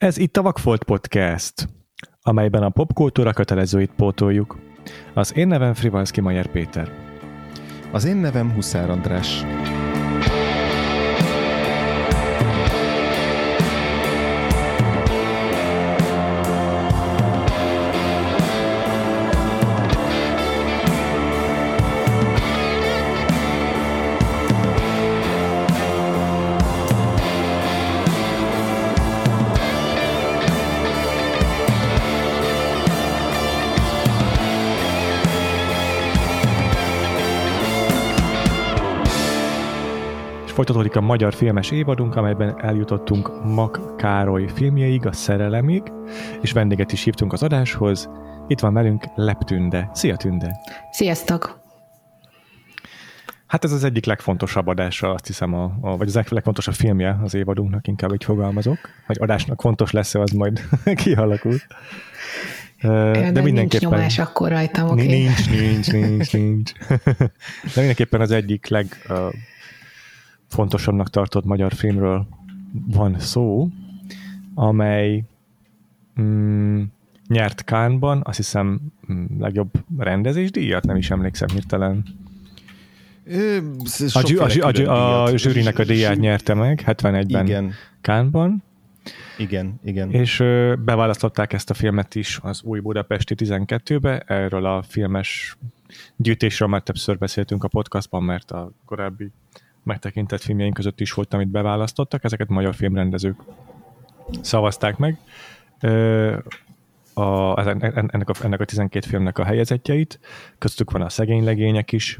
Ez itt a Vakfolt Podcast, amelyben a popkultúra kötelezőit pótoljuk. Az én nevem Frivalszki Mayer Péter. Az én nevem Huszár András. Folytatódik a magyar filmes évadunk, amelyben eljutottunk Mak Károly filmjeig, a Szerelemig, és vendéget is hívtunk az adáshoz. Itt van velünk Lep Tünde. Szia, Tünde! Sziasztok! Hát ez az egyik legfontosabb adása, azt hiszem, vagy az legfontosabb filmje az évadunknak, inkább így fogalmazok. Vagy adásnak fontos lesz-e, az majd kialakul. De mindenképpen... Nincs nyomás akkor rajtam, oké? Okay? Nincs. De mindenképpen az egyik fontosabbnak tartott magyar filmről van szó, amely nyert Cannes-ban, azt hiszem legjobb rendezésdíjat, nem is emlékszem hirtelen. A zsűrinek a díjat nyerte meg, 71-ben igen. Cannes-ban. Igen. És beválasztották ezt a filmet is az Új Budapesti 12-be, erről a filmes gyűjtésről már többször beszéltünk a podcastban, mert a korábbi megtekintett filmjeink között is volt, amit beválasztottak, ezeket magyar filmrendezők szavazták meg. Ennek a 12 filmnek a helyezettjeit, köztük van a Szegény legények is,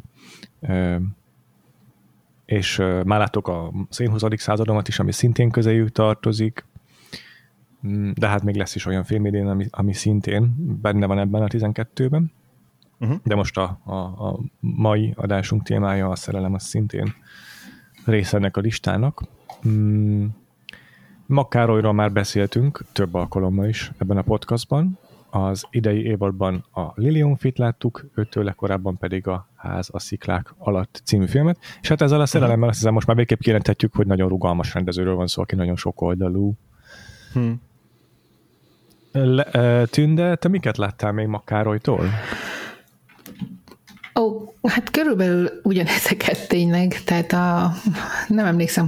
és már láttuk az Én 20. századomat is, ami szintén közéjük tartozik, de hát még lesz is olyan film idén, ami szintén benne van ebben a 12-ben. De most a mai adásunk témája, a Szerelem, az szintén része ennek a listának. Mak Károlyról már beszéltünk több alkalommal is ebben a podcastban. Az idei évadban a Lilionfit láttuk, őtőle korábban pedig a Ház a sziklák alatt című filmet. És hát ezzel a Szerelemmel azt hiszem most már végképp kijelenthetjük, hogy nagyon rugalmas rendezőről van szó, aki nagyon sokoldalú. Tünde, te miket láttál még Mak Károlytól? Hát körülbelül ugyanezeket tényleg, tehát nem emlékszem,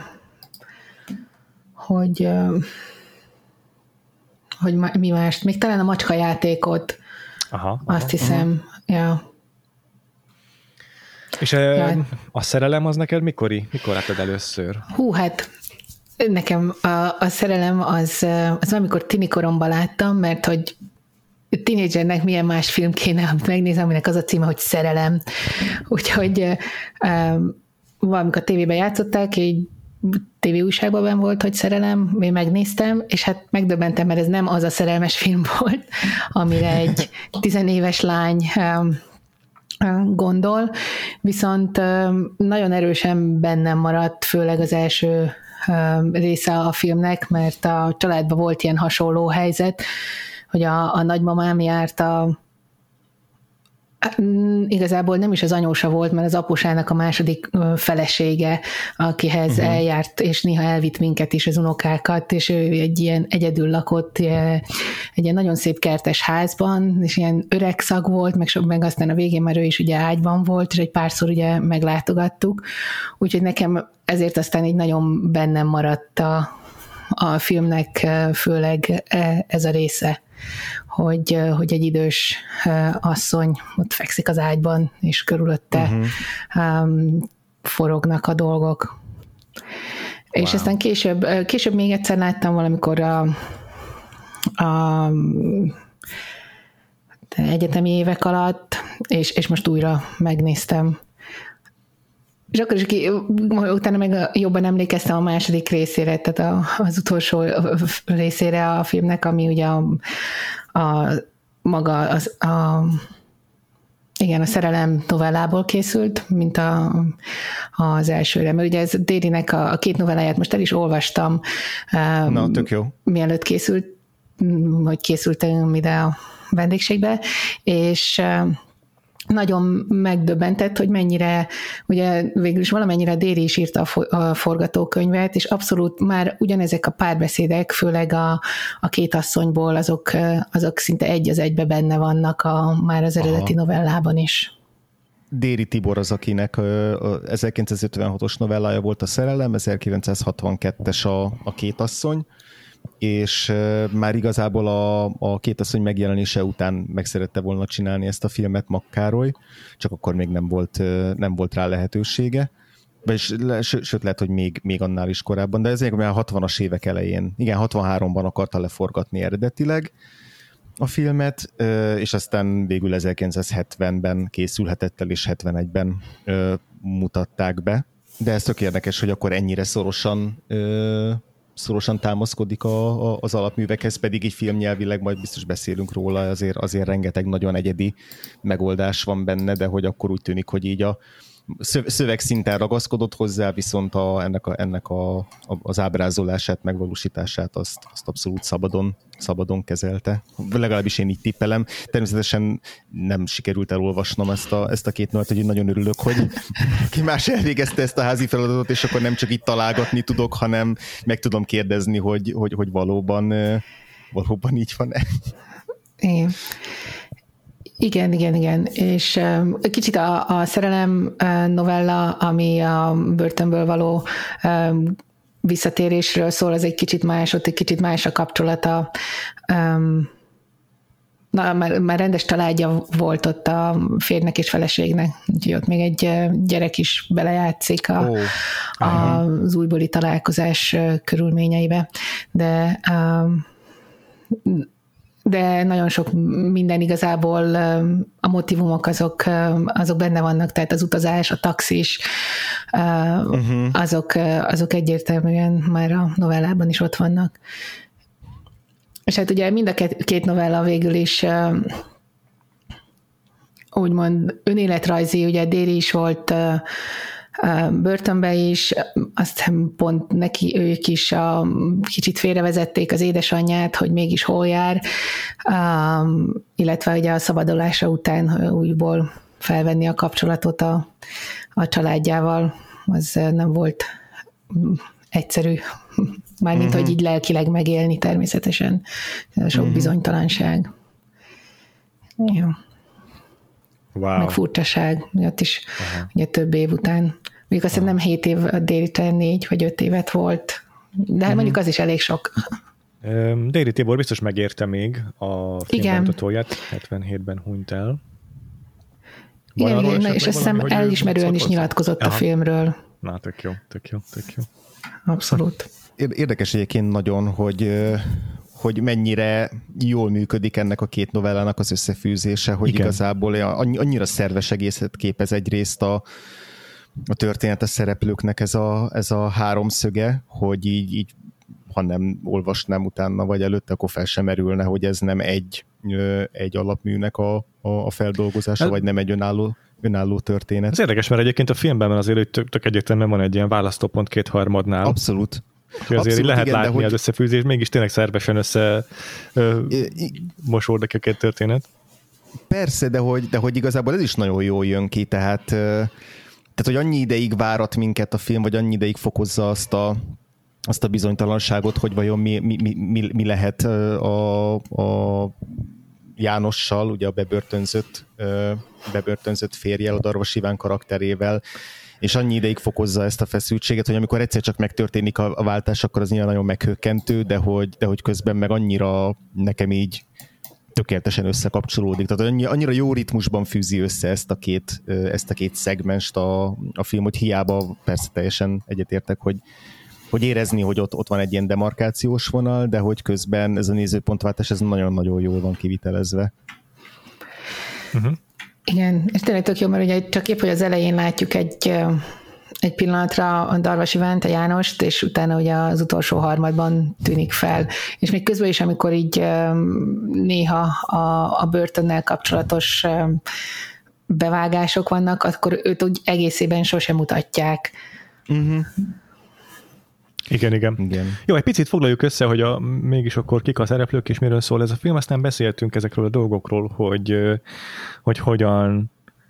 hogy mi mást, még talán a Macska játékot, azt hiszem. Ja. És a Szerelem az neked mikor láttad először? Hát nekem a Szerelem az amikor tinikoromban láttam, mert hogy tínédzsernek milyen más film kéne, amit megnézem, aminek az a címe, hogy Szerelem. Úgyhogy valamikor a tévében játszották, egy tévéújságban volt, hogy Szerelem, én megnéztem, és hát megdöbbentem, mert ez nem az a szerelmes film volt, amire egy 10 éves lány gondol, viszont nagyon erősen bennem maradt, főleg az első része a filmnek, mert a családban volt ilyen hasonló helyzet, hogy a nagymamám járt igazából nem is az anyósa volt, mert az apusának a második felesége, akihez eljárt, és néha elvitt minket is, az unokákat, és ő egy ilyen egyedül lakott, egy ilyen nagyon szép kertes házban, és ilyen öreg szag volt, meg aztán a végén már ő is ugye ágyban volt, és egy párszor ugye meglátogattuk, úgyhogy nekem ezért aztán így nagyon bennem maradt a filmnek főleg ez a része, hogy egy idős asszony ott fekszik az ágyban, és körülötte forognak a dolgok. Wow. És aztán később még egyszer láttam valamikor a egyetemi évek alatt, és most újra megnéztem. És akkor is utána meg jobban emlékeztem a második részére, tehát az utolsó részére a filmnek, ami ugye a Szerelem novellából készült, mint az elsőre. Mert ugye ez Dérinek a 2 novelláját most el is olvastam. Na, tök jó. Mielőtt készültem ide a vendégségbe, és nagyon megdöbbentett, hogy mennyire, ugye végül is valamennyire Déri is írta a forgatókönyvet, és abszolút már ugyanezek a párbeszédek, főleg a két asszonyból, azok szinte egy az egybe benne vannak már az eredeti novellában is. Déri Tibor az, akinek 1956-os novellája volt a Szerelem, 1962-es a Két asszony, és már igazából a Két asszony megjelenése után meg szerette volna csinálni ezt a filmet Makk Károly, csak akkor még nem volt rá lehetősége, sőt lehet, hogy még annál is korábban, de ez még a 60-as évek elején, igen, 63-ban akarta leforgatni eredetileg a filmet, és aztán végül 1970-ben készülhetett el, és 71-ben mutatták be. De ez tök érdekes, hogy akkor ennyire szorosan támaszkodik az alapművekhez, pedig így filmnyelvileg majd biztos beszélünk róla, azért rengeteg nagyon egyedi megoldás van benne, de hogy akkor úgy tűnik, hogy így a szövegszinten ragaszkodott hozzá, viszont ennek az ábrázolását, megvalósítását azt abszolút szabadon kezelte. Legalábbis én így tippelem. Természetesen nem sikerült elolvasnom ezt a két novelát, hogy nagyon örülök, hogy ki más elvégezte ezt a házi feladatot, és akkor nem csak itt találgatni tudok, hanem meg tudom kérdezni, hogy valóban így van-e. Igen. És kicsit a Szerelem novella, ami a börtönből való visszatérésről szól, az egy kicsit más, ott egy kicsit más a kapcsolata. Már rendes családja volt ott a férjnek és feleségnek, úgyhogy ott még egy gyerek is belejátszik az újbóli találkozás körülményeibe. De nagyon sok minden igazából, a motivumok azok benne vannak, tehát az utazás, a taxis, azok egyértelműen már a novellában is ott vannak. És hát ugye mind a két novella végül is úgymond önéletrajzi, ugye Déri is volt börtönbe is, aztán pont neki ők is kicsit félrevezették az édesanyját, hogy mégis hol jár, illetve ugye a szabadulása után újból felvenni a kapcsolatot a családjával, az nem volt egyszerű, mármint hogy így lelkileg megélni természetesen, sok bizonytalanság. Jó. Wow. Meg furcsaság, ott is ugye több év után. Mondjuk azt hiszem nem 7 év, a Déri 4 vagy 5 évet volt, de mondjuk az is elég sok. Déri Tibor biztos megérte még a filmbemutatóját, 77-ben hunyt el. Igen, és azt hiszem elismerően is nyilatkozott a filmről. Na, tök jó. Abszolút. Érdekes egyébként nagyon, hogy mennyire jól működik ennek a két novellának az összefűzése, hogy igen. Igazából annyira szerves egészet képez egyrészt a történet a szereplőknek ez a háromszöge, hogy így ha nem olvasnám utána vagy előtte, akkor fel sem merülne, hogy ez nem egy alapműnek a feldolgozása, vagy nem egy önálló történet. Ez érdekes, mert egyébként a filmben azért tök egyértelműen van egy ilyen választópont 2/3-nál. Abszolút. Úgyhogy azért lehet igen, látni az összefűzés, mégis tényleg szervesen mosódik a két történet. Persze, de hogy igazából ez is nagyon jól jön ki, tehát hogy annyi ideig várat minket a film, vagy annyi ideig fokozza azt a bizonytalanságot, hogy vajon mi lehet a Jánossal, ugye a bebörtönzött férjel, a Darvas Iván karakterével, és annyi ideig fokozza ezt a feszültséget, hogy amikor egyszer csak megtörténik a váltás, akkor az nyilván nagyon meghökkentő, de hogy közben meg annyira nekem így tökéletesen összekapcsolódik. Tehát annyira jó ritmusban fűzi össze ezt a két szegmenst a film, hogy hiába persze teljesen egyetértek, hogy érezni, hogy ott van egy ilyen demarkációs vonal, de hogy közben ez a nézőpontváltás ez nagyon-nagyon jól van kivitelezve. Igen, és tényleg tök jó, mert ugye csak épp, hogy az elején látjuk egy pillanatra a Darvas Ivánt, a Jánost, és utána ugye az utolsó harmadban tűnik fel. És még közben is, amikor így néha a börtönnel kapcsolatos bevágások vannak, akkor őt úgy egészében sosem mutatják. Igen. Jó, egy picit foglaljuk össze, hogy mégis akkor kik a szereplők és miről szól ez a film, aztán beszéltünk ezekről a dolgokról, hogy hogyan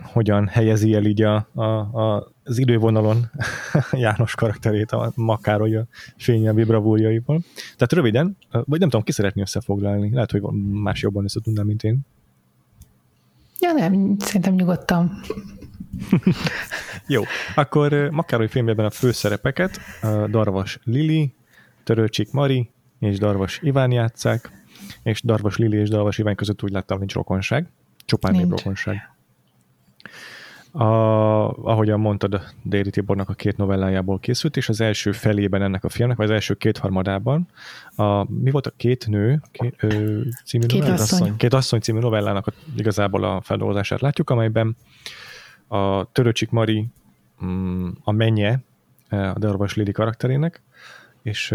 hogyan helyezi el így az idővonalon János karakterét a Makkároly a fényelmi bravúrjaival. Tehát röviden, vagy nem tudom, ki szeretné összefoglalni. Lehet, hogy más jobban össze tudnám, mint én. Ja nem, szerintem nyugodtan. Jó, akkor Makkároly filmjében a főszerepeket Darvas Lili, Törőcsik Mari és Darvas Iván játsszák, és Darvas Lili és Darvas Iván között úgy láttam, nincs rokonság. Csupán név rokonság. Ahogyan mondtad, Déri Tibornak a 2 novellájából készült, és az első felében ennek a filmnek, vagy az első 2/3-ában mi volt a 2 nő című Két asszony című novellának igazából a feldolgozását látjuk, amelyben a Törőcsik Mari a mennye a Darvas Lili karakterének, és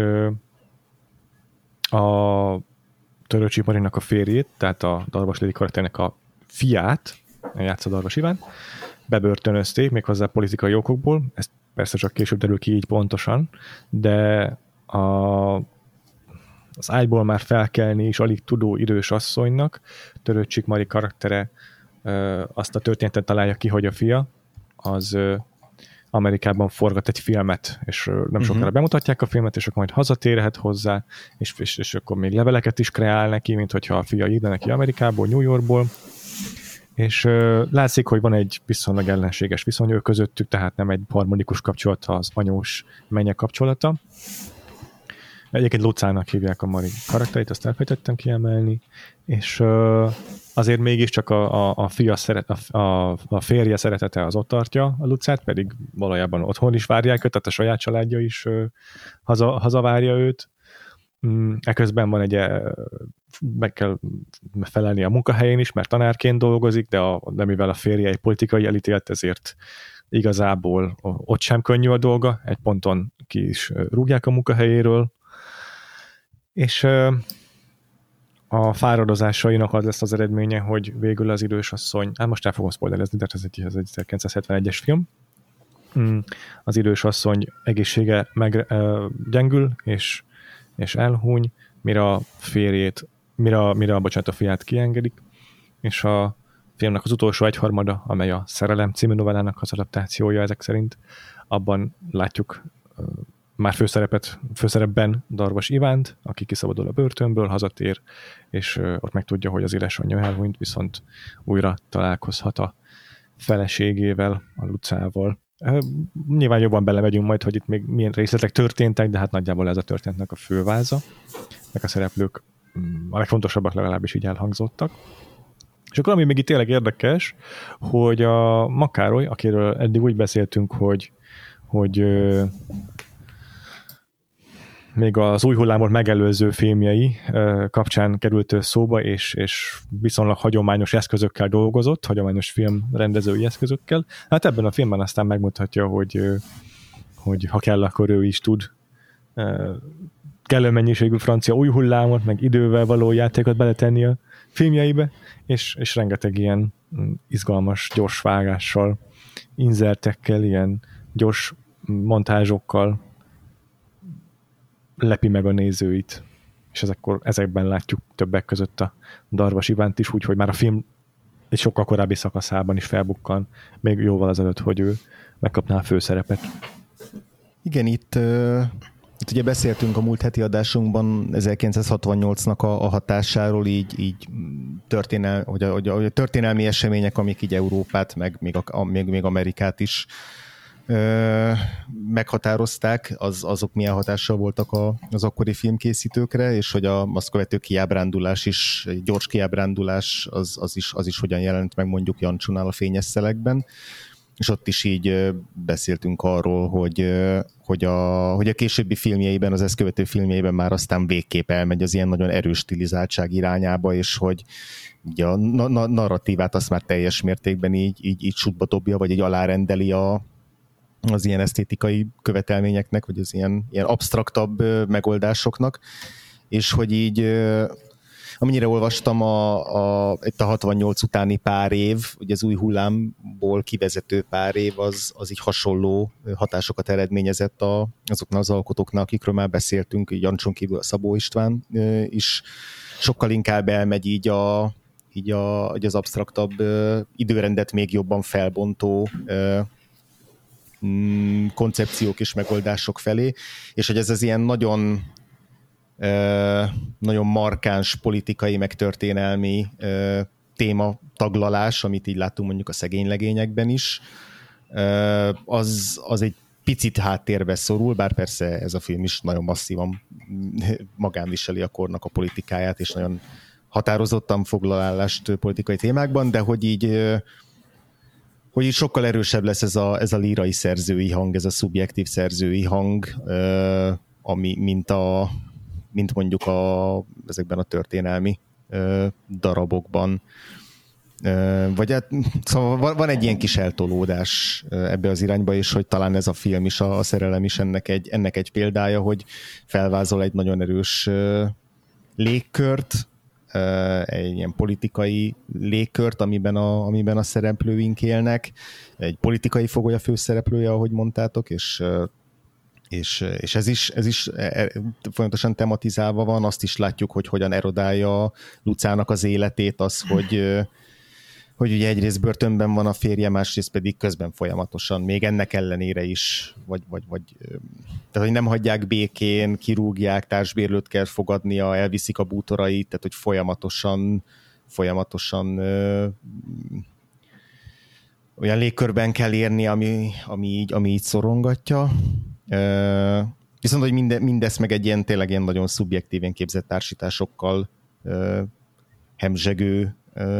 a Törőcsik Marinak a férjét, tehát a Darvas Lili karakterének a fiát, játsza Darvas Iván, bebörtönözték, méghozzá politikai okokból, ezt persze csak később derül ki így pontosan, de az ágyból már felkelni is alig tudó idős asszonynak Törőcsik Mari karaktere azt a történetet találja ki, hogy a fia az Amerikában forgat egy filmet, és nem sokára bemutatják a filmet, és akkor majd hazatérhet hozzá, és akkor még leveleket is kreál neki, mint hogyha a fia írna neki Amerikából, New Yorkból, és látszik, hogy van egy viszonylag ellenséges viszony közöttük, tehát nem egy harmonikus kapcsolata az anyós menye kapcsolata. Egyébként Lucának hívják a Mari karakterét, azt elfejtettem kiemelni, és azért mégiscsak a férje szeretete az ott tartja a Lucát, pedig valójában otthon is várják őt, tehát a saját családja is hazavárja őt. Eközben van meg kell felelni a munkahelyén is, mert tanárként dolgozik, de mivel a férje egy politikai elítélt, ezért igazából ott sem könnyű a dolga, egy ponton ki is rúgják a munkahelyéről, és a fáradozásainak az lesz az eredménye, hogy végül az idős asszony, most el fogom spoilerezni, de ez egy 1971-es film, az idős asszony egészsége gyengül, és elhúny, mire a fiát kiengedik, és a filmnek az utolsó 1/3, amely a Szerelem című novellának az adaptációja ezek szerint, abban látjuk már főszerepben Darvas Ivánt, aki kiszabadul a börtönből, hazatér, és ott megtudja, hogy az édesanyja elhunyt, viszont újra találkozhat a feleségével, a Lucával. Nyilván jobban belemegyünk majd, hogy itt még milyen részletek történtek, de hát nagyjából ez a történetnek a főváza, meg a szereplők a legfontosabbak legalábbis így elhangzottak. És akkor ami még itt tényleg érdekes, hogy a Makkároly, akiről eddig úgy beszéltünk, hogy még az új hullámot megelőző filmjei kapcsán került szóba, és viszonylag hagyományos eszközökkel dolgozott, hagyományos filmrendezői eszközökkel. Hát ebben a filmben aztán megmutatja, hogy ha kell, akkor ő is tud kellő mennyiségű francia új hullámot, meg idővel való játékot beletenni a filmjeibe, és rengeteg ilyen izgalmas, gyors vágással, inzertekkel, ilyen gyors montázsokkal lepi meg a nézőit, és ezekben látjuk többek között a Darvas Ivánt is, úgyhogy már a film egy sokkal korábbi szakaszában is felbukkan, még jóval azelőtt, hogy ő megkapná a főszerepet. Igen, itt ugye beszéltünk a múlt heti adásunkban 1968-nak a hatásáról, így hogy a történelmi események, amik így Európát, meg még Amerikát is meghatározták, azok milyen hatással voltak az akkori filmkészítőkre, és hogy azt követő kiábrándulás is, egy gyors kiábrándulás, az is hogyan jelent meg mondjuk Jancsónál a Fényes szelekben. És ott is így beszéltünk arról, hogy a későbbi filmjeiben, az ezt követő filmjeiben már aztán végképp elmegy az ilyen nagyon erős stilizáltság irányába, és hogy ugye a narratívát azt már teljes mértékben így sútba dobja, vagy így alárendeli az ilyen esztétikai követelményeknek, vagy az ilyen absztraktabb megoldásoknak, és hogy így amennyire olvastam, itt a 68 utáni pár év, ugye az új hullámból kivezető pár év, az így hasonló hatásokat eredményezett azoknál az alkotóknál, akikről már beszéltünk, Jancson kívül a Szabó István is sokkal inkább elmegy így így az absztraktabb időrendet még jobban felbontó koncepciók és megoldások felé, és hogy ez az ilyen nagyon markáns politikai, meg történelmi téma taglalás, amit így látunk mondjuk a szegény legényekben is, az egy picit háttérbe szorul, bár persze ez a film is nagyon masszívan magán viseli a kornak a politikáját, és nagyon határozottan foglal állást politikai témákban, de hogy így sokkal erősebb lesz ez a lírai szerzői hang, ez a szubjektív szerzői hang, ami mint mondjuk ezekben a történelmi darabokban. Vagy hát, szóval van egy ilyen kis eltolódás ebbe az irányba, és hogy talán ez a film is, a Szerelem is ennek egy példája, hogy felvázol egy nagyon erős légkört, egy ilyen politikai légkört, amiben a szereplőink élnek, egy politikai fogoly a főszereplője, ahogy mondtátok, és ez is folyamatosan tematizálva van, azt is látjuk, hogy hogyan erodálja Lucának az életét az, hogy ugye egyrészt börtönben van a férje, másrészt pedig közben folyamatosan, még ennek ellenére is, tehát hogy nem hagyják békén, kirúgják, társbérlőt kell fogadnia, elviszik a bútorait, tehát hogy folyamatosan olyan légkörben kell érni, ami így szorongatja. Viszont, hogy mindezt meg egy tényleg ilyen nagyon szubjektíven képzett társításokkal hemzsegő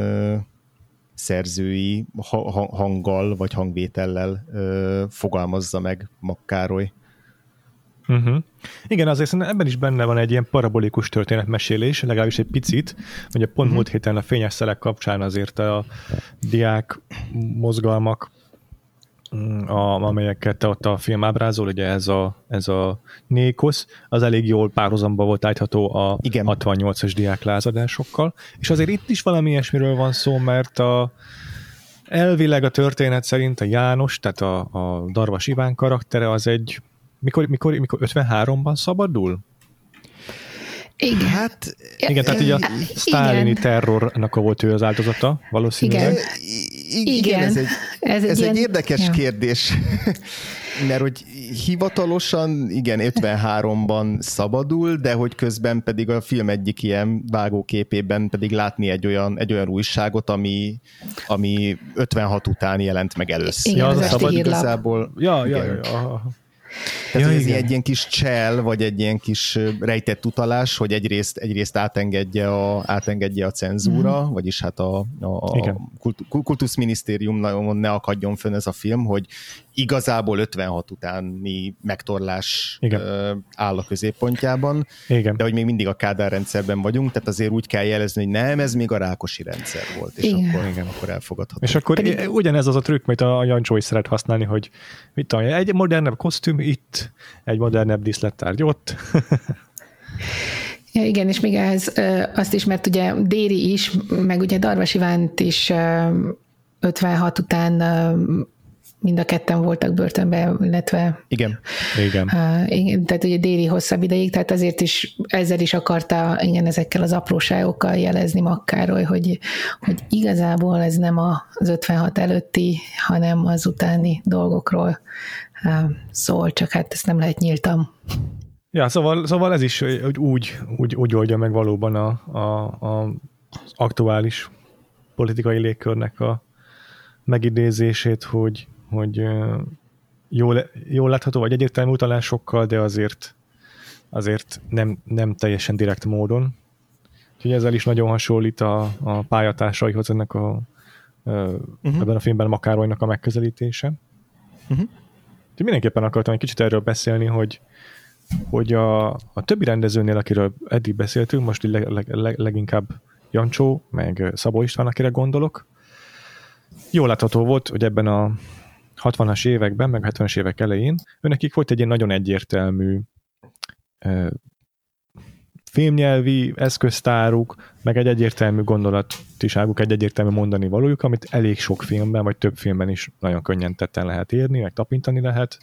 szerzői hanggal vagy hangvétellel fogalmazza meg Makkároly. Uh-huh. Igen, azért szerintem ebben is benne van egy ilyen parabolikus történetmesélés, legalábbis egy picit, ugye pont múlt héten a Fényes Szelek kapcsán azért a diák mozgalmak, amelyeket ott a film ábrázol, ugye ez a Nékosz, az elég jól párhuzamba volt állítható a 68-as diák lázadásokkal, és azért itt is valami ilyesmiről van szó, mert elvileg a történet szerint a János, tehát a Darvas Iván karaktere az egy mikor 53-ban szabadul? Igen. Hát, igen, tehát így a sztálini terrornak volt ő az áldozata, valószínűleg. Igen. Ez egy érdekes kérdés, mert hogy hivatalosan, igen, 53-ban szabadul, de hogy közben pedig a film egyik ilyen vágóképében pedig látni egy olyan újságot, ami 56 után jelent meg először. Igen, az szabad igazából. Tehát ez egy ilyen kis csel, vagy egy ilyen kis rejtett utalás, hogy egyrészt átengedje a cenzúra, vagyis hát a kultuszminisztériumon ne akadjon fönn ez a film, hogy igazából 56 utáni megtorlás áll a középpontjában, igen. De hogy még mindig a Kádár rendszerben vagyunk, tehát azért úgy kell jelezni, hogy nem, ez még a Rákosi rendszer volt, és akkor elfogadható. És akkor ugyanez az a trükk, amit a Jancsó is szeret használni, hogy mit tudom, egy modernebb kosztüm itt, egy modernebb díszlettárgy ott. Ja, igen, és még ehhez azt is, mert ugye Déri is, meg ugye Darvas Ivánt is 56 után mind a ketten voltak börtönben, illetve igen. Tehát ugye Déri hosszabb ideig, tehát azért is ezzel is akarta ezekkel az apróságokkal jelezni Makkároly, hogy igazából ez nem az 56 előtti, hanem az utáni dolgokról szól, csak hát ezt nem lehet nyíltan. Ja, szóval ez is úgy oldja meg valóban az aktuális politikai légkörnek a megidézését, hogy jól látható, vagy egyértelmű utalásokkal, de azért nem teljesen direkt módon. Úgyhogy ezzel is nagyon hasonlít a pályatársaihoz ennek ebben a filmben Makkárolynak a megközelítése. Úgyhogy mindenképpen akartam egy kicsit erről beszélni, hogy a többi rendezőnél, akiről eddig beszéltünk, most leginkább Jancsó, meg Szabó István, akire gondolok, jól látható volt, hogy ebben a 60-as években, meg 70-es évek elején őnekik volt egy ilyen nagyon egyértelmű filmnyelvi eszköztáruk, meg egy egyértelmű gondolatiságuk, egy egyértelmű mondani valójuk, amit elég sok filmben, vagy több filmben is nagyon könnyen tetten lehet érni, meg tapintani lehet.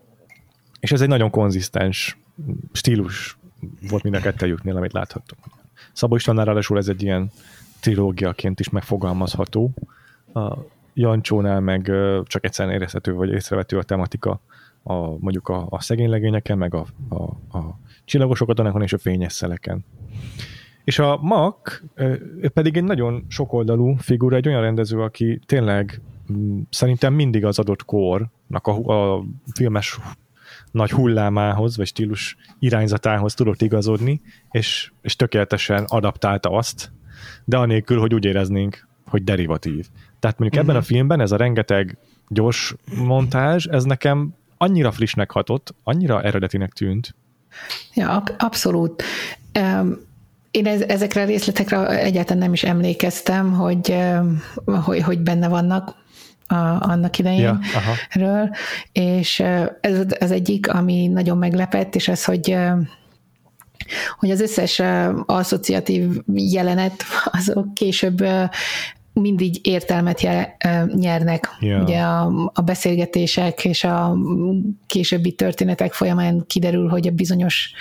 És ez egy nagyon konzisztens stílus volt mind a kettejüknél, amit láthattunk. Szabó Istvánnál ráadásul ez egy ilyen trilógiaként is megfogalmazható. A Jancsónál meg csak egyszerűen érezhető vagy észrevető a tematika, mondjuk a szegény legényeken, meg a csillagosok katonában és a fényes szeleken. És a Mack pedig egy nagyon sokoldalú figura, egy olyan rendező, aki tényleg szerintem mindig az adott kornak a filmes nagy hullámához, vagy stílus irányzatához tudott igazodni, és tökéletesen adaptálta azt, de anélkül, hogy úgy éreznénk, hogy derivatív. Tehát mondjuk ebben a filmben ez a rengeteg gyors montázs, ez nekem annyira frissnek hatott, annyira eredetinek tűnt. Ja, abszolút. Én ezekre a részletekre egyáltalán nem is emlékeztem, hogy benne vannak annak idején ről, és ez az egyik, ami nagyon meglepett, és az, hogy az összes asszociatív jelenet, azok később mindig értelmet nyernek. Yeah. Ugye a beszélgetések és a későbbi történetek folyamán kiderül, hogy a bizonyos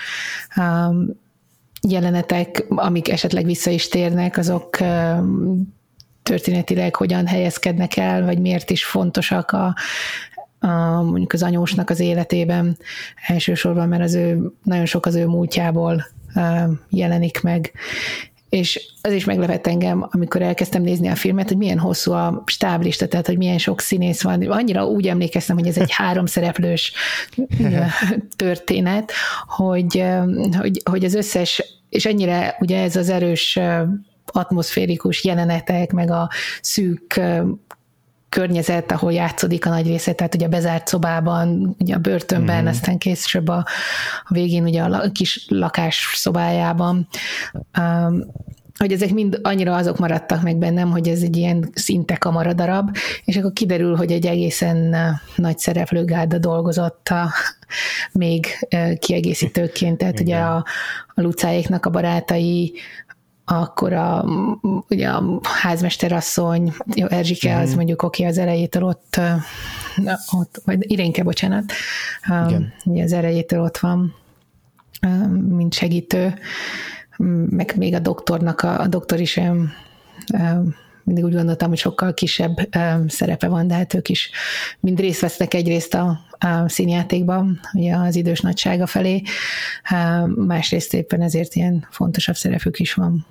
jelenetek, amik esetleg vissza is térnek, azok történetileg hogyan helyezkednek el, vagy miért is fontosak mondjuk az anyósnak az életében. Elsősorban, mert nagyon sok az ő múltjából jelenik meg. És az is meglepett engem, amikor elkezdtem nézni a filmet, hogy milyen hosszú a stáblista, tehát hogy milyen sok színész van. Annyira úgy emlékeztem, hogy ez egy 3 szereplős történet, hogy az összes, és ennyire ugye ez az erős atmoszférikus jelenetek, meg a szűk környezet, ahol játszódik a nagy része, tehát ugye a bezárt szobában, ugye a börtönben, aztán később a végén ugye a kis lakás szobájában, hogy ezek mind annyira azok maradtak meg bennem, hogy ez egy ilyen szinte kamaradarab, és akkor kiderül, hogy egy egészen nagy szereplőgárda dolgozott még kiegészítőként, tehát ugye a Lucáéknak a barátai, akkor ugye a házmesterasszony, Erzsike, az mondjuk az elejétől ott vagy Irénke, bocsánat, ugye az elejétől ott van, mint segítő, meg még a doktornak, a doktor is mindig úgy gondoltam, hogy sokkal kisebb szerepe van, de hát ők is mind részt vesznek egyrészt a színjátékban, ugye az idős nagysága felé, másrészt éppen ezért ilyen fontosabb szerepük is van,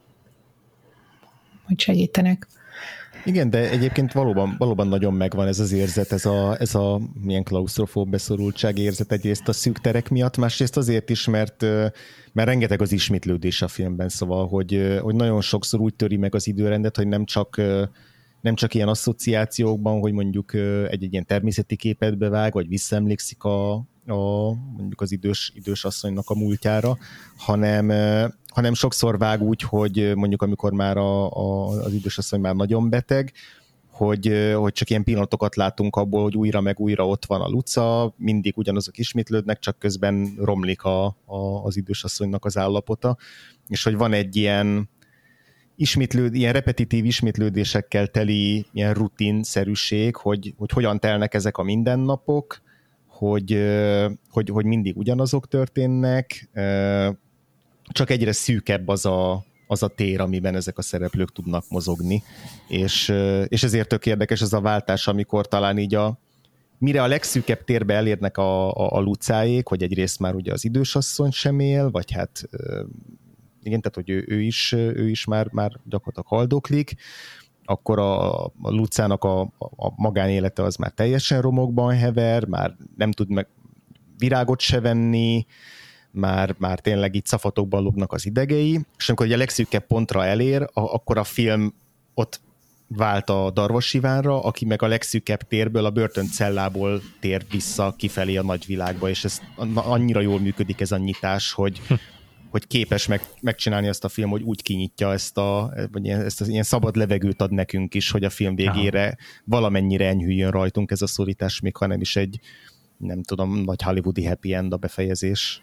hogy segítenek. Igen, de egyébként valóban nagyon megvan ez az érzet, ez a milyen klausztrofób beszorultság érzet egyrészt a szűk terek miatt, másrészt azért is, mert rengeteg az ismétlődés a filmben, szóval, hogy nagyon sokszor úgy töri meg az időrendet, hogy nem csak ilyen asszociációkban, hogy mondjuk egy ilyen természeti képet bevág, vagy visszaemlékszik mondjuk az idős asszonynak a múltjára, hanem sokszor vág úgy, hogy mondjuk amikor már az idős asszony már nagyon beteg, hogy csak ilyen pillanatokat látunk abból, hogy újra meg újra ott van a Luca, mindig ugyanazok ismétlődnek, csak közben romlik az idős asszonynak az állapota, és hogy van egy ilyen repetitív ismétlődésekkel teli ilyen rutinszerűség, hogy hogyan telnek ezek a mindennapok, hogy mindig ugyanazok történnek, csak egyre szűkebb az a tér, amiben ezek a szereplők tudnak mozogni, és ezért tök érdekes ez a váltás, amikor talán így mire a legszűkebb térbe elérnek a Lucáék, hogy egyrészt már ugye az idősasszony sem él, vagy hát igen, tehát hogy ő is már gyakorlatilag haldoklik, akkor a Lucának a magánélete az már teljesen romokban hever, már nem tud meg virágot se venni, már tényleg így szafatokban lógnak az idegei, és amikor ugye a legszűkebb pontra elér, akkor a film ott vált a Darvas Ivánra, aki meg a legszűkebb térből, a börtöncellából tér vissza kifelé a nagyvilágba, és ez annyira jól működik ez a nyitás, hogy képes megcsinálni azt a film, hogy úgy kinyitja ezt az ilyen szabad levegőt ad nekünk is, hogy a film végére valamennyire enyhüljön rajtunk ez a szorítás, még ha nem is egy, nem tudom, nagy hollywoodi happy end a befejezés.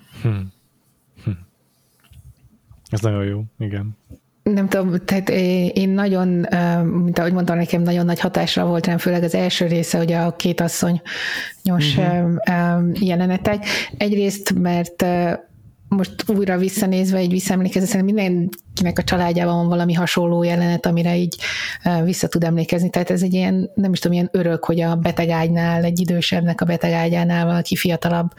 Ez nagyon jó, igen. Nem tudom, tehát én nagyon, mint ahogy mondtam, nekem nagyon nagy hatásra volt rám, főleg az első része, hogy a két asszonyos jelenetek. Egyrészt, mert most újra visszanézve, így visszaemlékezni, szerintem mindenkinek a családjában van valami hasonló jelenet, amire így vissza tud emlékezni. Tehát ez egy ilyen, nem is tudom, ilyen örök, hogy a betegágynál, egy idősebbnek a betegágyánál valaki fiatalabb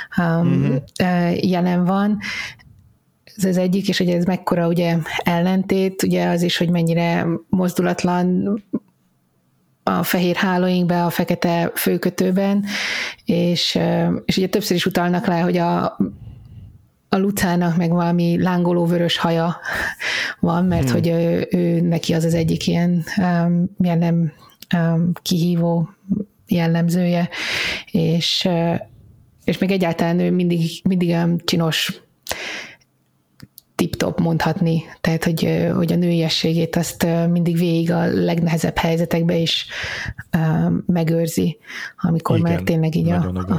jelen van. Ez az egyik, és hogy ez mekkora ugye ellentét, ugye az is, hogy mennyire mozdulatlan a fehér hálóinkbe, a fekete főkötőben, és ugye többször is utalnak rá, hogy a Lucának meg valami lángoló vörös haja van, mert hogy ő neki az egyik ilyen jellem kihívó jellemzője, és még egyáltalán ő mindig csinos tip-top mondhatni, tehát hogy a nőiességét azt mindig végig a legnehezebb helyzetekben is megőrzi, amikor igen, már tényleg így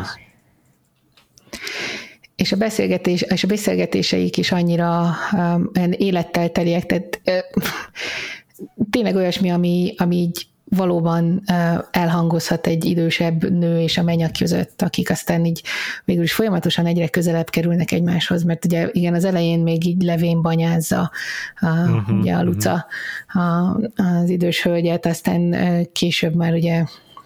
és a beszélgetéseik is annyira élettel teliek, tehát tényleg olyasmi, ami így valóban elhangozhat egy idősebb nő és a menyak között, akik aztán így végül is folyamatosan egyre közelebb kerülnek egymáshoz, mert ugye igen, az elején még így levén banyázza ugye a Luca az idős hölgyet, aztán később már ugye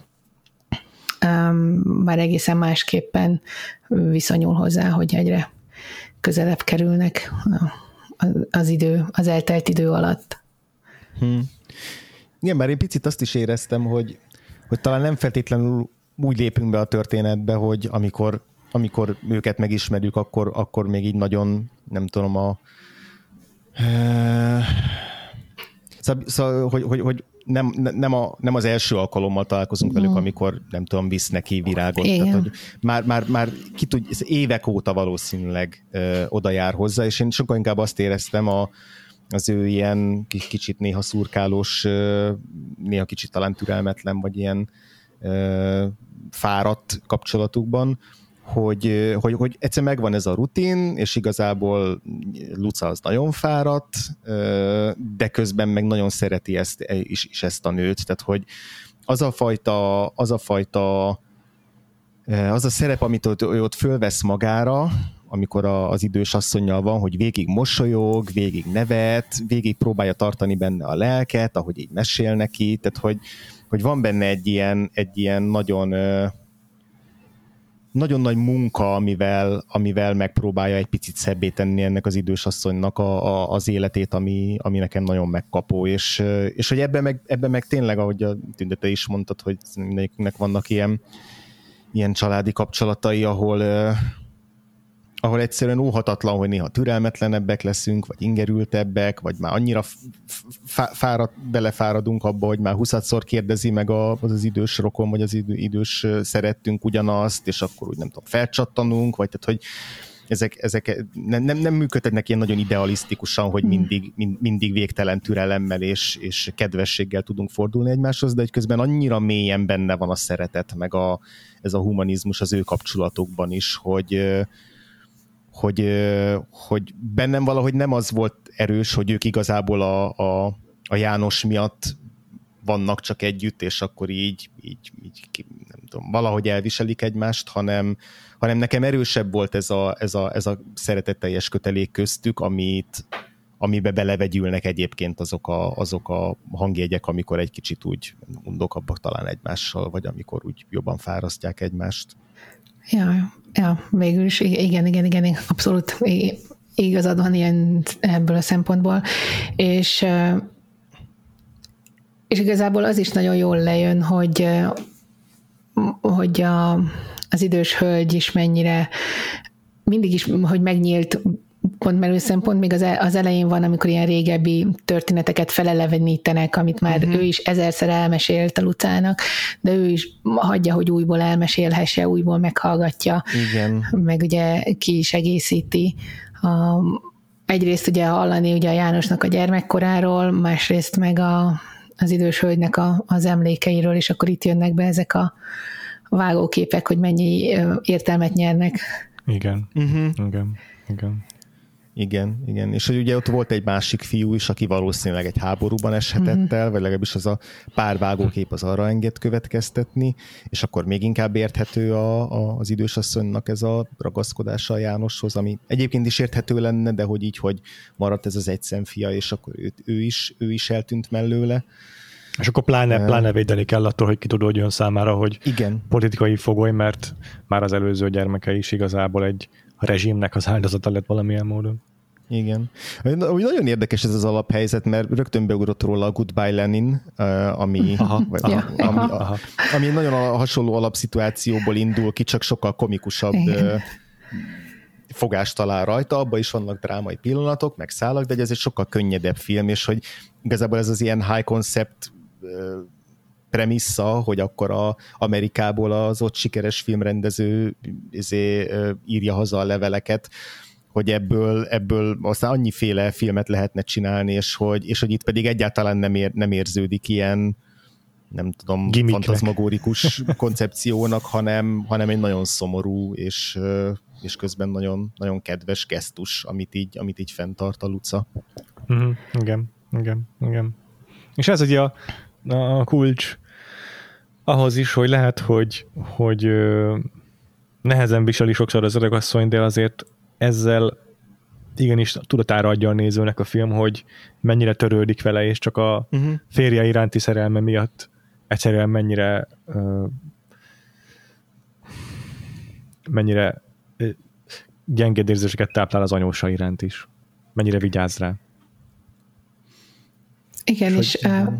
már egészen másképpen viszonyul hozzá, hogy egyre közelebb kerülnek az eltelt idő alatt. Igen, bár én picit azt is éreztem, hogy talán nem feltétlenül úgy lépünk be a történetbe, hogy amikor őket megismerjük, akkor még így nagyon, nem tudom, szóval hogy nem az első alkalommal találkozunk velük, amikor nem tudom, visz neki virágot. Tehát, hogy már ki tud, évek óta valószínűleg oda jár hozzá, és én sokkal inkább azt éreztem az ő ilyen kicsit néha szurkálós, néha kicsit talán türelmetlen, vagy ilyen fáradt kapcsolatukban, hogy egyszer megvan ez a rutin, és igazából Luca az nagyon fáradt, de közben meg nagyon szereti ezt a nőt, tehát hogy az a szerep, amit ő ott fölvesz magára, amikor az idős asszonnyal van, hogy végig mosolyog, végig nevet, végig próbálja tartani benne a lelket, ahogy így mesél neki, tehát hogy van benne egy ilyen nagyon nagy munka, amivel megpróbálja egy picit szebbé tenni ennek az idős asszonynak az életét, ami nekem nagyon megkapó, és hogy ebben meg tényleg, ahogy a Tünde, te is mondtad, hogy mindenkinek vannak ilyen családi kapcsolatai, ahol egyszerűen óhatatlan, hogy néha türelmetlenebbek leszünk, vagy ingerültebbek, vagy már annyira belefáradunk abba, hogy már 20-szor kérdezi meg az idős rokon, vagy az idős szerettünk ugyanazt, és akkor úgy nem tudom, felcsattanunk, vagy tehát, hogy ezek nem működnek ilyen nagyon idealisztikusan, hogy mindig végtelen türelemmel és kedvességgel tudunk fordulni egymáshoz, de hogy közben annyira mélyen benne van a szeretet, meg ez a humanizmus az ő kapcsolatokban is, hogy bennem valahogy nem az volt erős, hogy ők igazából a János miatt vannak csak együtt, és akkor így nem tudom, valahogy elviselik egymást, hanem nekem erősebb volt ez a szeretetteljes kötelék köztük, amibe belevegyülnek egyébként azok a hangjegyek, amikor egy kicsit úgy undokabbak talán egymással, vagy amikor úgy jobban fárasztják egymást. Ja, végül is, igen, abszolút igazad van ilyen ebből a szempontból, és igazából az is nagyon jól lejön, hogy az idős hölgy is mennyire mindig is, hogy megnyílt pontmerő szempont, még az elején van, amikor ilyen régebbi történeteket felelevenítenek, amit már ő is ezerszer elmesélt a Lucának, de ő is hagyja, hogy újból elmesélhesse, újból meghallgatja, igen. Meg ugye ki is egészíti. Egyrészt ugye hallani ugye a Jánosnak a gyermekkoráról, másrészt meg az idős hölgynek az emlékeiről, és akkor itt jönnek be ezek a vágóképek, hogy mennyi értelmet nyernek. Igen, igen. Igen. És hogy ugye ott volt egy másik fiú is, aki valószínűleg egy háborúban eshetett el, vagy legalábbis az a pár vágókép az arra enged következtetni, és akkor még inkább érthető az idősasszonynak ez a ragaszkodása a Jánoshoz, ami egyébként is érthető lenne, de hogy így, hogy maradt ez az egyszemfia, és akkor ő is eltűnt mellőle. És akkor pláne védeni kell attól, hogy kitudódjon számára, hogy igen. Politikai fogoly, mert már az előző gyermeke is igazából egy rezsimnek az áldozata lett valamilyen módon. Igen. Nagyon érdekes ez az alaphelyzet, mert rögtön beugrott róla a Goodbye Lenin, ami nagyon hasonló alapszituációból indul ki, csak sokkal komikusabb fogást talál rajta, abban is vannak drámai pillanatok, meg szálak, de ez egy sokkal könnyedebb film, és hogy igazából ez az ilyen high concept premissza, hogy akkor Amerikából az ott sikeres filmrendező írja haza a leveleket, hogy ebből aztán annyiféle filmet lehetne csinálni, és hogy itt pedig egyáltalán nem érződik ilyen, nem tudom, fantazmagórikus koncepciónak, hanem egy nagyon szomorú és közben nagyon, nagyon kedves gesztus, amit így fenntart a Luca. Igen. És ez ugye a kulcs ahhoz is, hogy lehet, hogy nehezen viseli sokszor az öregasszony, de azért ezzel igenis tudatára adja a nézőnek a film, hogy mennyire törődik vele, és csak a férje iránti szerelme miatt egyszerűen mennyire gyengéd érzéseket táplál az anyósa iránt is. Mennyire vigyáz rá. Igen, és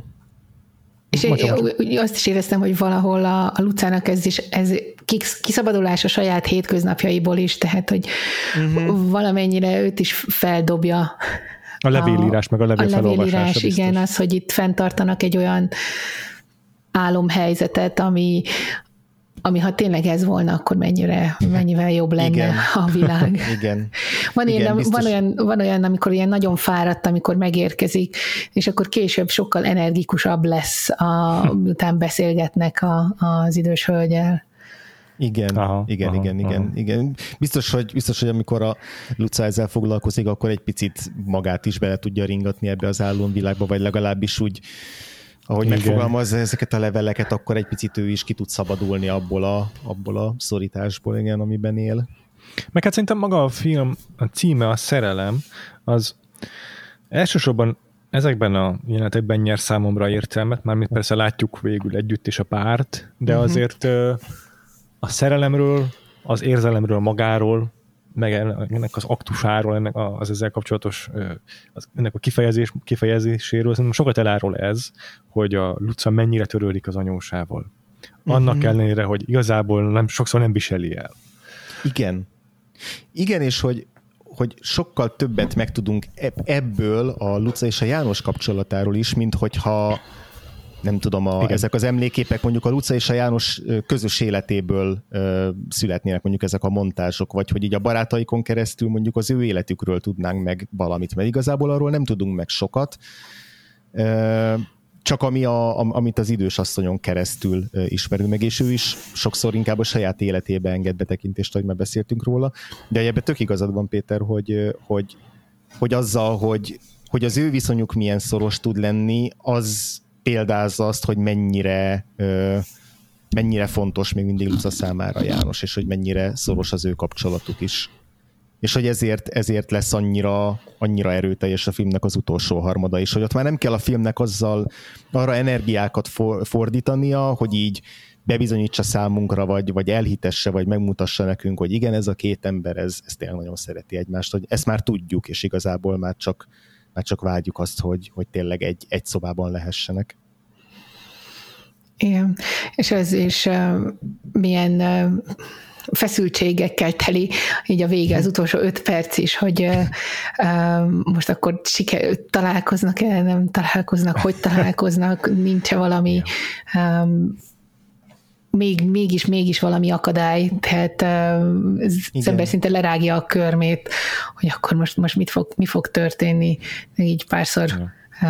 azt is éreztem, hogy valahol a Lucának ez kiszabadulás a saját hétköznapjaiból is, tehát, hogy valamennyire őt is feldobja a levélírás, meg a levélfelolvasás. Igen, az, hogy itt fenntartanak egy olyan álomhelyzetet, ami ha tényleg ez volna, akkor mennyivel jobb lenne igen. a világ. Igen. Van olyan, amikor ilyen nagyon fáradt, amikor megérkezik, és akkor később sokkal energikusabb lesz, miután beszélgetnek az idős hölgyel. Igen. Biztos, hogy amikor a Luca ezzel foglalkozik, akkor egy picit magát is bele tudja ringatni ebbe az álomvilágba, vagy legalábbis úgy, ahogy megfogalmazza ezeket a leveleket, akkor egy picit ő is ki tud szabadulni abból a szorításból, igen, amiben él. Meg hát szerintem maga a film, a címe, a szerelem, az elsősorban ezekben a jelenetekben nyer számomra értelmet, mármint persze látjuk végül együtt is a párt, de azért a szerelemről, az érzelemről magáról, meg ennek az aktusáról, ennek az ezzel kapcsolatos ennek a kifejezéséről, szerintem sokat elárul ez, hogy a Luca mennyire törődik az anyósával. Annak ellenére, hogy igazából sokszor nem viseli el. Igen, és hogy sokkal többet megtudunk ebből a Luca és a János kapcsolatáról is, mint hogyha nem tudom, ezek az emlékképek mondjuk a Luca és a János közös életéből születnének mondjuk ezek a montázsok, vagy hogy így a barátaikon keresztül mondjuk az ő életükről tudnánk meg valamit, mert igazából arról nem tudunk meg sokat, csak amit az idős asszonyon keresztül ismerünk meg, és ő is sokszor inkább a saját életébe enged betekintést, ahogy már beszéltünk róla, de ebben tök igazad van, Péter, hogy azzal, hogy az ő viszonyuk milyen szoros tud lenni, az példázza azt, hogy mennyire fontos még mindig Luca számára János, és hogy mennyire szoros az ő kapcsolatuk is. És hogy ezért lesz annyira erőteljes a filmnek az utolsó harmada is, hogy ott már nem kell a filmnek arra energiákat fordítania, hogy így bebizonyítsa számunkra, vagy elhitesse, vagy megmutassa nekünk, hogy igen, ez a két ember, ez tényleg nagyon szereti egymást, hogy ezt már tudjuk, és igazából már csak vágyjuk azt, hogy tényleg egy szobában lehessenek. Igen, és ez is milyen feszültségekkel teli így a vége, az utolsó 5 perc is, hogy most akkor találkoznak-e, nem találkoznak, hogy találkoznak, nincs-e valami mégis valami akadály, tehát az ember szinte lerágja a körmét, hogy akkor most mi fog történni. Így párszor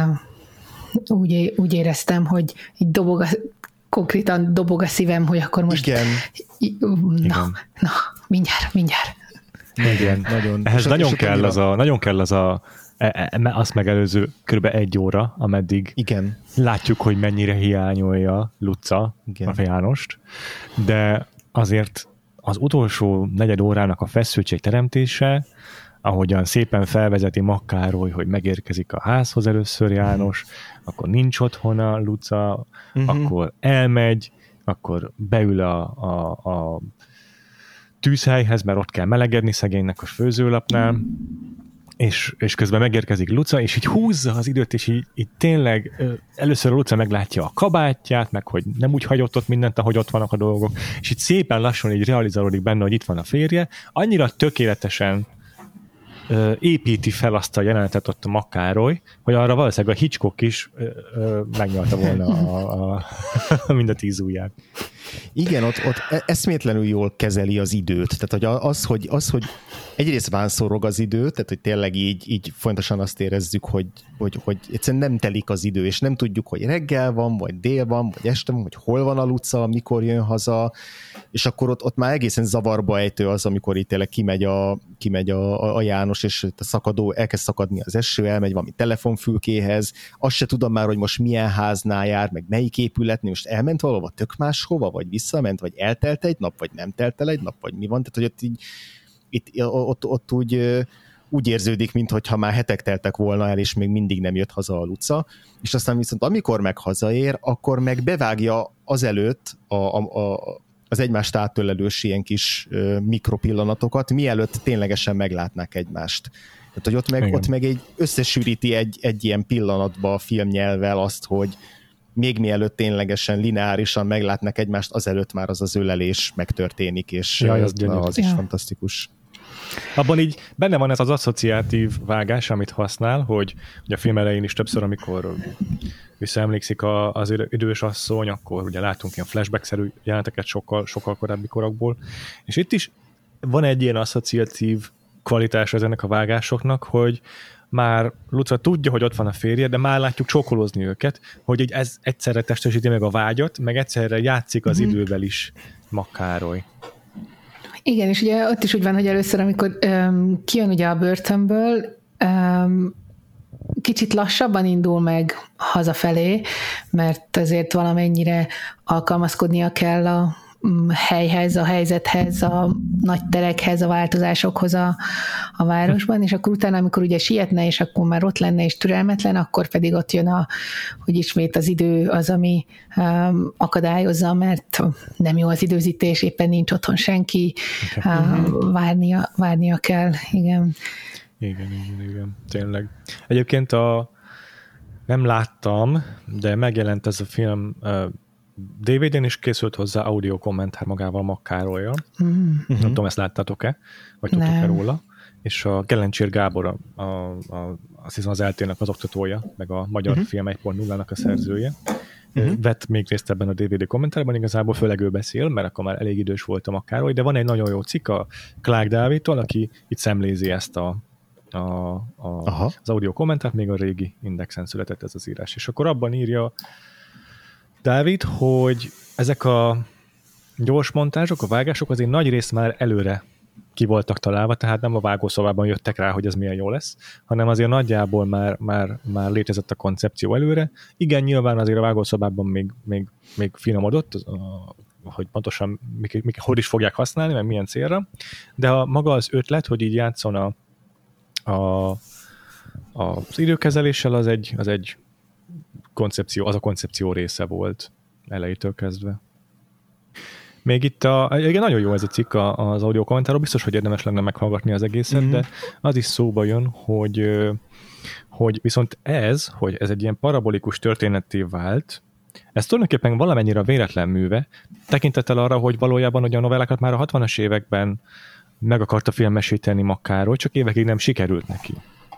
úgy éreztem, hogy így konkrétan dobog a szívem, hogy akkor most igen. Na, mindjárt. Igen. Ehhez nagyon kell az azt megelőző kb. 1 óra, ameddig igen. látjuk, hogy mennyire hiányolja Luca a Jánost, de azért az utolsó 4 órának a feszültség teremtése, ahogyan szépen felvezeti Makkároly, hogy megérkezik a házhoz először János, akkor nincs otthon a Luca, akkor elmegy, akkor beül a tűzhelyhez, mert ott kell melegedni szegénynek a főzőlapnál, és közben megérkezik Luca, és így húzza az időt, és így tényleg először a Luca meglátja a kabátját, meg hogy nem úgy hagyott ott mindent, ahogy ott vannak a dolgok, és így szépen lassan így realizálódik benne, hogy itt van a férje, annyira tökéletesen építi fel azt a jelenetet ott a Makkároly, hogy arra valószínűleg a Hitchcock is megnyalta volna mind a 10 ujját. Igen, ott eszmétlenül jól kezeli az időt. Tehát hogy az, hogy egyrészt vánszorog az idő, tehát hogy tényleg így fontosan azt érezzük, hogy egyszerűen nem telik az idő, és nem tudjuk, hogy reggel van, vagy dél van, vagy este van, hogy hol van a Luca, mikor jön haza, és akkor ott már egészen zavarba ejtő az, amikor itt tényleg kimegy a János, és a szakadó, elkezd szakadni az eső, elmegy valami telefonfülkéhez, azt se tudom már, hogy most milyen háznál jár, meg melyik épületnél, most elment valahova, tök máshova, vagy visszament, vagy eltelt egy nap, vagy nem telt el egy nap, vagy mi van, tehát hogy ott úgy érződik, mintha már hetek teltek volna el, és még mindig nem jött haza a Luca, és aztán viszont amikor meg hazaér, akkor meg bevágja azelőtt az egymást áttölelős ilyen kis mikropillanatokat, mielőtt ténylegesen meglátnák egymást. Tehát, hogy ott meg összesűríti egy ilyen pillanatba a filmnyelvvel azt, hogy még mielőtt ténylegesen lineárisan meglátnak egymást, azelőtt már az ölelés megtörténik, és az is fantasztikus. Abban így benne van ez az asszociatív vágás, amit használ, hogy a film elején is többször, amikor visszaemlékszik az idős asszony, akkor ugye látunk ilyen flashback-szerű jeleneteket sokkal korábbi korokból, és itt is van egy ilyen asszociatív kvalitás ennek a vágásoknak, hogy már Luca tudja, hogy ott van a férje, de már látjuk csókolózni őket, hogy így ez egyszerre testesíti meg a vágyat, meg egyszerre játszik az idővel is Makkároly. Igen, és ugye ott is úgy van, hogy először, amikor kijön ugye a börtönből, kicsit lassabban indul meg hazafelé, mert azért valamennyire alkalmazkodnia kell a helyhez, a helyzethez, a nagy terekhez, a változásokhoz a városban, és akkor utána, amikor ugye sietne, és akkor már ott lenne, és türelmetlen, akkor pedig ott jön hogy ismét az idő az, ami akadályozza, mert nem jó az időzítés, éppen nincs otthon senki, várnia kell, igen. Igen, tényleg. Egyébként nem láttam, de megjelent ez a film DVD-n is készült hozzá audio kommentár magával Makkárolyjal. Nem tudom, ezt láttátok-e? Vagy tudtok-e róla? És a Gelencsér Gábor, azt hiszem az LT-nek az oktatója, meg a Magyar Film 1.0-nak a szerzője. Vett még részt ebben a DVD kommentárban, igazából főleg ő beszél, mert akkor már elég idős volt a Makkároly, de van egy nagyon jó cikk a Clark Dávidtól, aki itt szemlézi ezt az audio kommentárt, még a régi Indexen született ez az írás. És akkor abban írja Dávid, hogy ezek a gyors montázsok, a vágások azért nagy rész már előre ki voltak találva, tehát nem a vágószobában jöttek rá, hogy ez milyen jó lesz, hanem azért nagyjából már létezett a koncepció előre. Igen, nyilván azért a vágószobában még finomodott, hogy pontosan hogy is fogják használni, meg milyen célra, de maga az ötlet, hogy így játszon az időkezeléssel, az egy koncepció, az a koncepció része volt elejétől kezdve. Még itt igen, nagyon jó ez a cikk az audio kommentáról, biztos, hogy érdemes lenne meghallgatni az egészet, de az is szóba jön, hogy viszont hogy ez egy ilyen parabolikus történetté vált, ez tulajdonképpen valamennyire véletlen műve, tekintettel arra, hogy valójában hogy a novellákat már a 60-as években meg akarta filmesíteni Makkároly, csak évekig nem sikerült neki.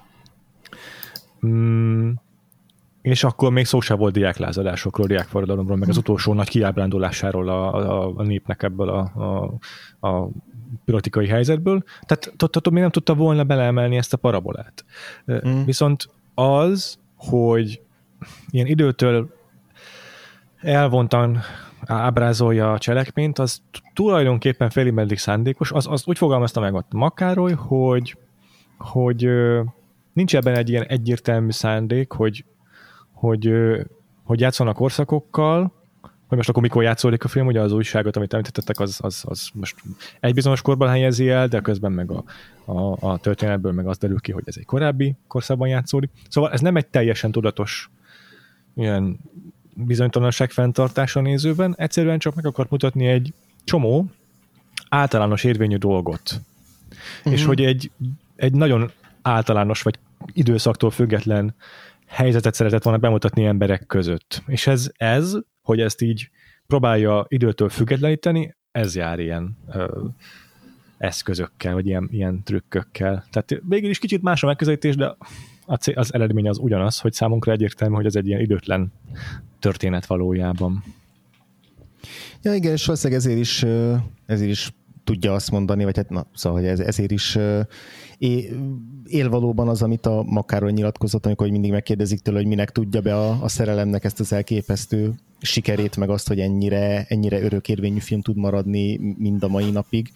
És akkor még szó sem volt diáklázadásokról, diákforradalomról, meg az utolsó nagy kiábrándulásáról a népnek ebből a politikai helyzetből. Tehát még nem tudta volna beleemelni ezt a parabolát. Viszont az, hogy ilyen időtől elvontan ábrázolja a cselekményt, az tulajdonképpen félig meddig szándékos. Az úgy fogalmazta meg ott Makároly, hogy nincs ebben egy ilyen egyértelmű szándék, hogy játszanak korszakokkal, hogy most akkor mikor játszódik a film, ugye az újságot, amit említettek, az most egy bizonyos korban helyezi el, de közben meg a történetből meg az derül ki, hogy ez egy korábbi korszakban játszódik. Szóval ez nem egy teljesen tudatos ilyen bizonytalanság fenntartása nézőben, egyszerűen csak meg akart mutatni egy csomó általános érvényű dolgot. És hogy egy nagyon általános vagy időszaktól független helyzetet szeretett volna bemutatni emberek között. És ez hogy ezt így próbálja időtől függetleníteni, ez jár ilyen eszközökkel, vagy ilyen trükkökkel. Tehát végül is kicsit más a megközelítés, de az eredmény az ugyanaz, hogy számunkra egyértelmű, hogy ez egy ilyen időtlen történet valójában. Ja igen, és valószínűleg ezért is tudja azt mondani, vagy hát szóval, hogy ezért is él valóban az, amit a Makároly nyilatkozott, amikor mindig megkérdezik tőle, hogy minek tudja be a szerelemnek ezt az elképesztő sikerét, meg azt, hogy ennyire örökérvényű film tud maradni mind a mai napig,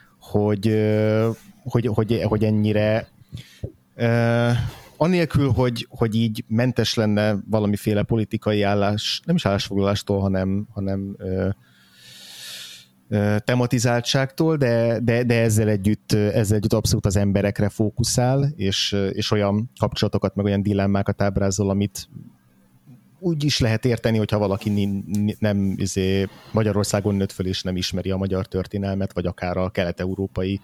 hogy ennyire anélkül, hogy így mentes lenne valamiféle politikai nem is állásfoglalástól, hanem tematizáltságtól, de ezzel együtt abszolút az emberekre fókuszál, és olyan kapcsolatokat, meg olyan dilemmákat ábrázol, amit úgy is lehet érteni, hogyha valaki nem Magyarországon nőtt föl, és nem ismeri a magyar történelmet, vagy akár a kelet-európai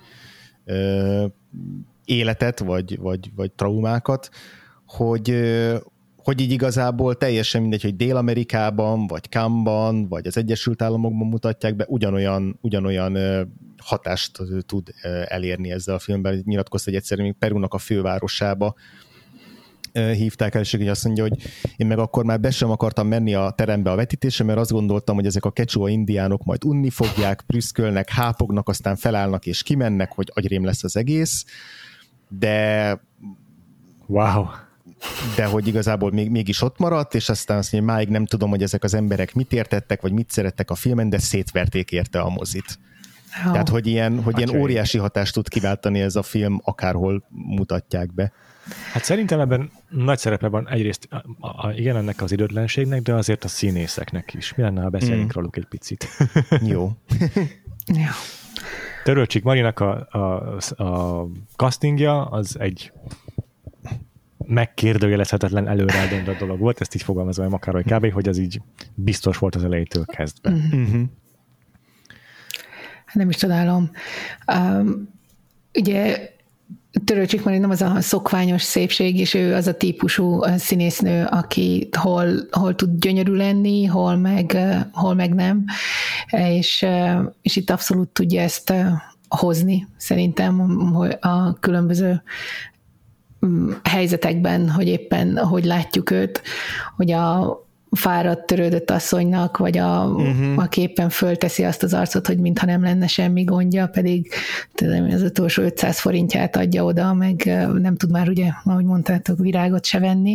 életet, vagy traumákat, hogy így igazából teljesen mindegy, hogy Dél-Amerikában, vagy Cannes-ban, vagy az Egyesült Államokban mutatják be, ugyanolyan hatást tud elérni ezzel a filmben. Nyilatkozta, hogy egyszerűen még Perúnak a fővárosába hívták el, és így azt mondja, hogy én meg akkor már be sem akartam menni a terembe a vetítésre, mert azt gondoltam, hogy ezek a Quechua indiánok majd unni fogják, prüszkölnek, hápognak, aztán felállnak és kimennek, hogy agyrém lesz az egész, de wow. De hogy igazából mégis ott maradt, és aztán azt mondja, máig nem tudom, hogy ezek az emberek mit értettek, vagy mit szerettek a filmen, de szétverték érte a mozit. Oh. Tehát, hogy ilyen óriási hatást tud kiváltani ez a film, akárhol mutatják be. Hát szerintem ebben nagy szerepe van egyrészt igen, ennek az időtlenségnek, de azért a színészeknek is. Mi lenne, ha beszélnénk róluk egy picit? Jó. Ja. Törölcsik Marinak a castingja az egy megkérdőjelezhetetlen előreáldott dolog volt, ezt így fogalmazva a Makároly kb., hogy ez így biztos volt az elejétől kezdve. Mm-hmm. Nem is csodálom. Ugye Törőcsik Mari nem az a szokványos szépség, és ő az a típusú színésznő, aki hol tud gyönyörű lenni, hol meg nem, és itt abszolút tudja ezt hozni, szerintem, hogy a különböző helyzetekben, hogy éppen hogy látjuk őt, hogy a fáradt, törődött asszonynak, vagy aki éppen fölteszi azt az arcot, hogy mintha nem lenne semmi gondja, pedig az utolsó 500 forintját adja oda, meg nem tud már ugye, ahogy mondtátok, virágot se venni.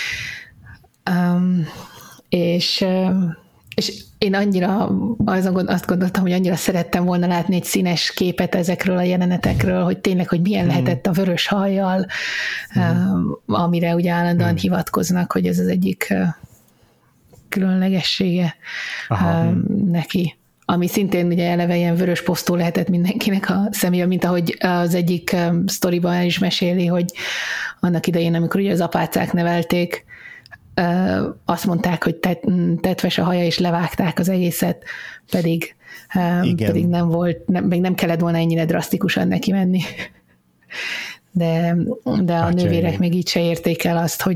És én annyira azt gondoltam, hogy annyira szerettem volna látni egy színes képet ezekről a jelenetekről, hogy tényleg, hogy milyen lehetett a vörös hajjal, amire ugye állandóan hivatkoznak, hogy ez az egyik különlegessége neki. Ami szintén ugye eleve ilyen vörös posztó lehetett mindenkinek a személyben, mint ahogy az egyik sztoriban el is meséli, hogy annak idején, amikor ugye az apácák nevelték, azt mondták, hogy tetves a haja, és levágták az egészet, pedig nem volt, még nem kellett volna ennyire drasztikusan neki menni. De a nővérek még így se érték el azt,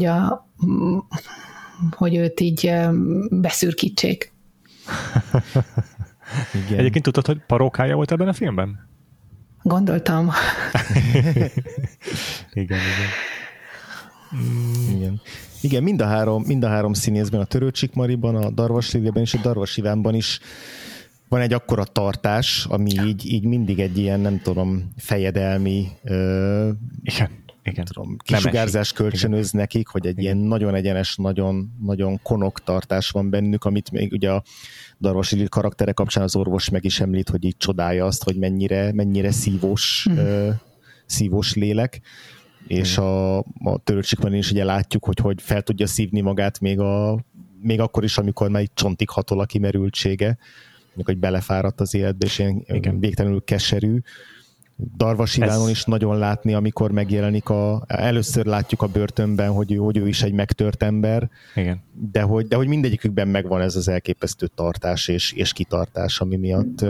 hogy őt így beszürkítsék. Igen. Egyébként tudtad, hogy parókája volt ebben a filmben? Gondoltam. Igen. Igen, mind a három színészben, a Törőcsik Mariban, a Darvas Liliben és a Darvas Ivánban is van egy akkora tartás, ami így mindig egy ilyen, nem tudom, fejedelmi Igen. kisugárzás kölcsönöz nekik, hogy egy ilyen nagyon egyenes, nagyon, nagyon konok tartás van bennük, amit még ugye a Darvas Lili karaktere kapcsán az orvos meg is említ, hogy így csodálja azt, hogy mennyire szívós lélek, és a Törőcsikben is ugye látjuk, hogy fel tudja szívni magát még akkor is, amikor már egy csontig hatol a kimerültsége, hogy belefáradt az életbe, és ilyen végtelenül keserű. Darvas Ivánon is nagyon látni, amikor megjelenik először látjuk a börtönben, hogy ő is egy megtört ember, igen. De hogy mindegyikükben megvan ez az elképesztő tartás és kitartás, ami miatt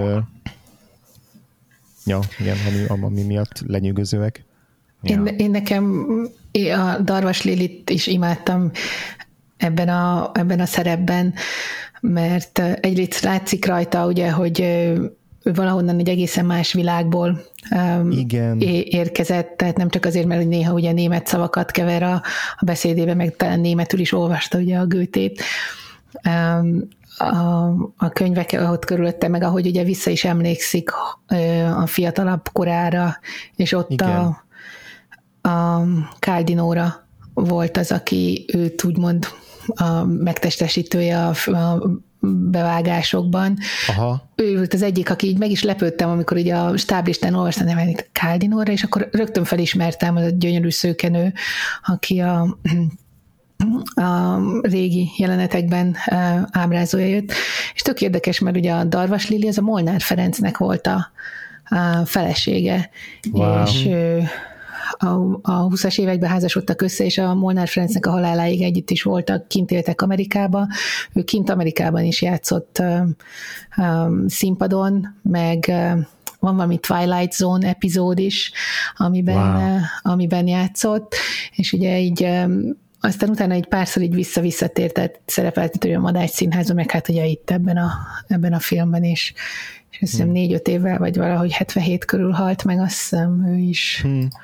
ami miatt lenyűgözőek. Ja. Én nekem a Darvas Lilit is imádtam ebben a szerepben, mert egyrészt látszik rajta, ugye, hogy ő valahonnan egy egészen más világból érkezett, tehát nem csak azért, mert hogy néha ugye német szavakat kever a beszédébe, meg talán németül is olvasta ugye a Goethét, a könyvek ott körülötte, meg ahogy ugye vissza is emlékszik a fiatalabb korára, és ott a Caldinóra volt az, aki őt úgymond a megtestesítője a bevágásokban. Aha. Ő volt az egyik, aki így meg is lepődtem, amikor így a stáblistán olvastam nevet Caldinóra, és akkor rögtön felismertem az a gyönyörű szőkenő, aki a régi jelenetekben ábrázolja őt. És tök érdekes, mert ugye a Darvas Lili az a Molnár Ferencnek volt a felesége. Wow. És a 20-as években házasodtak össze, és a Molnár Ferencnek a haláláig együtt is voltak, kint éltek Amerikába. Ő kint Amerikában is játszott színpadon, meg van valami Twilight Zone epizód is, amiben játszott, és ugye így aztán utána egy párszor így visszatért, tehát szerepelt a Madács Színházban, meg hát ugye itt ebben a filmben is. És azt hiszem 4-5 évvel, vagy valahogy 77 körül halt meg, azt hiszem ő is.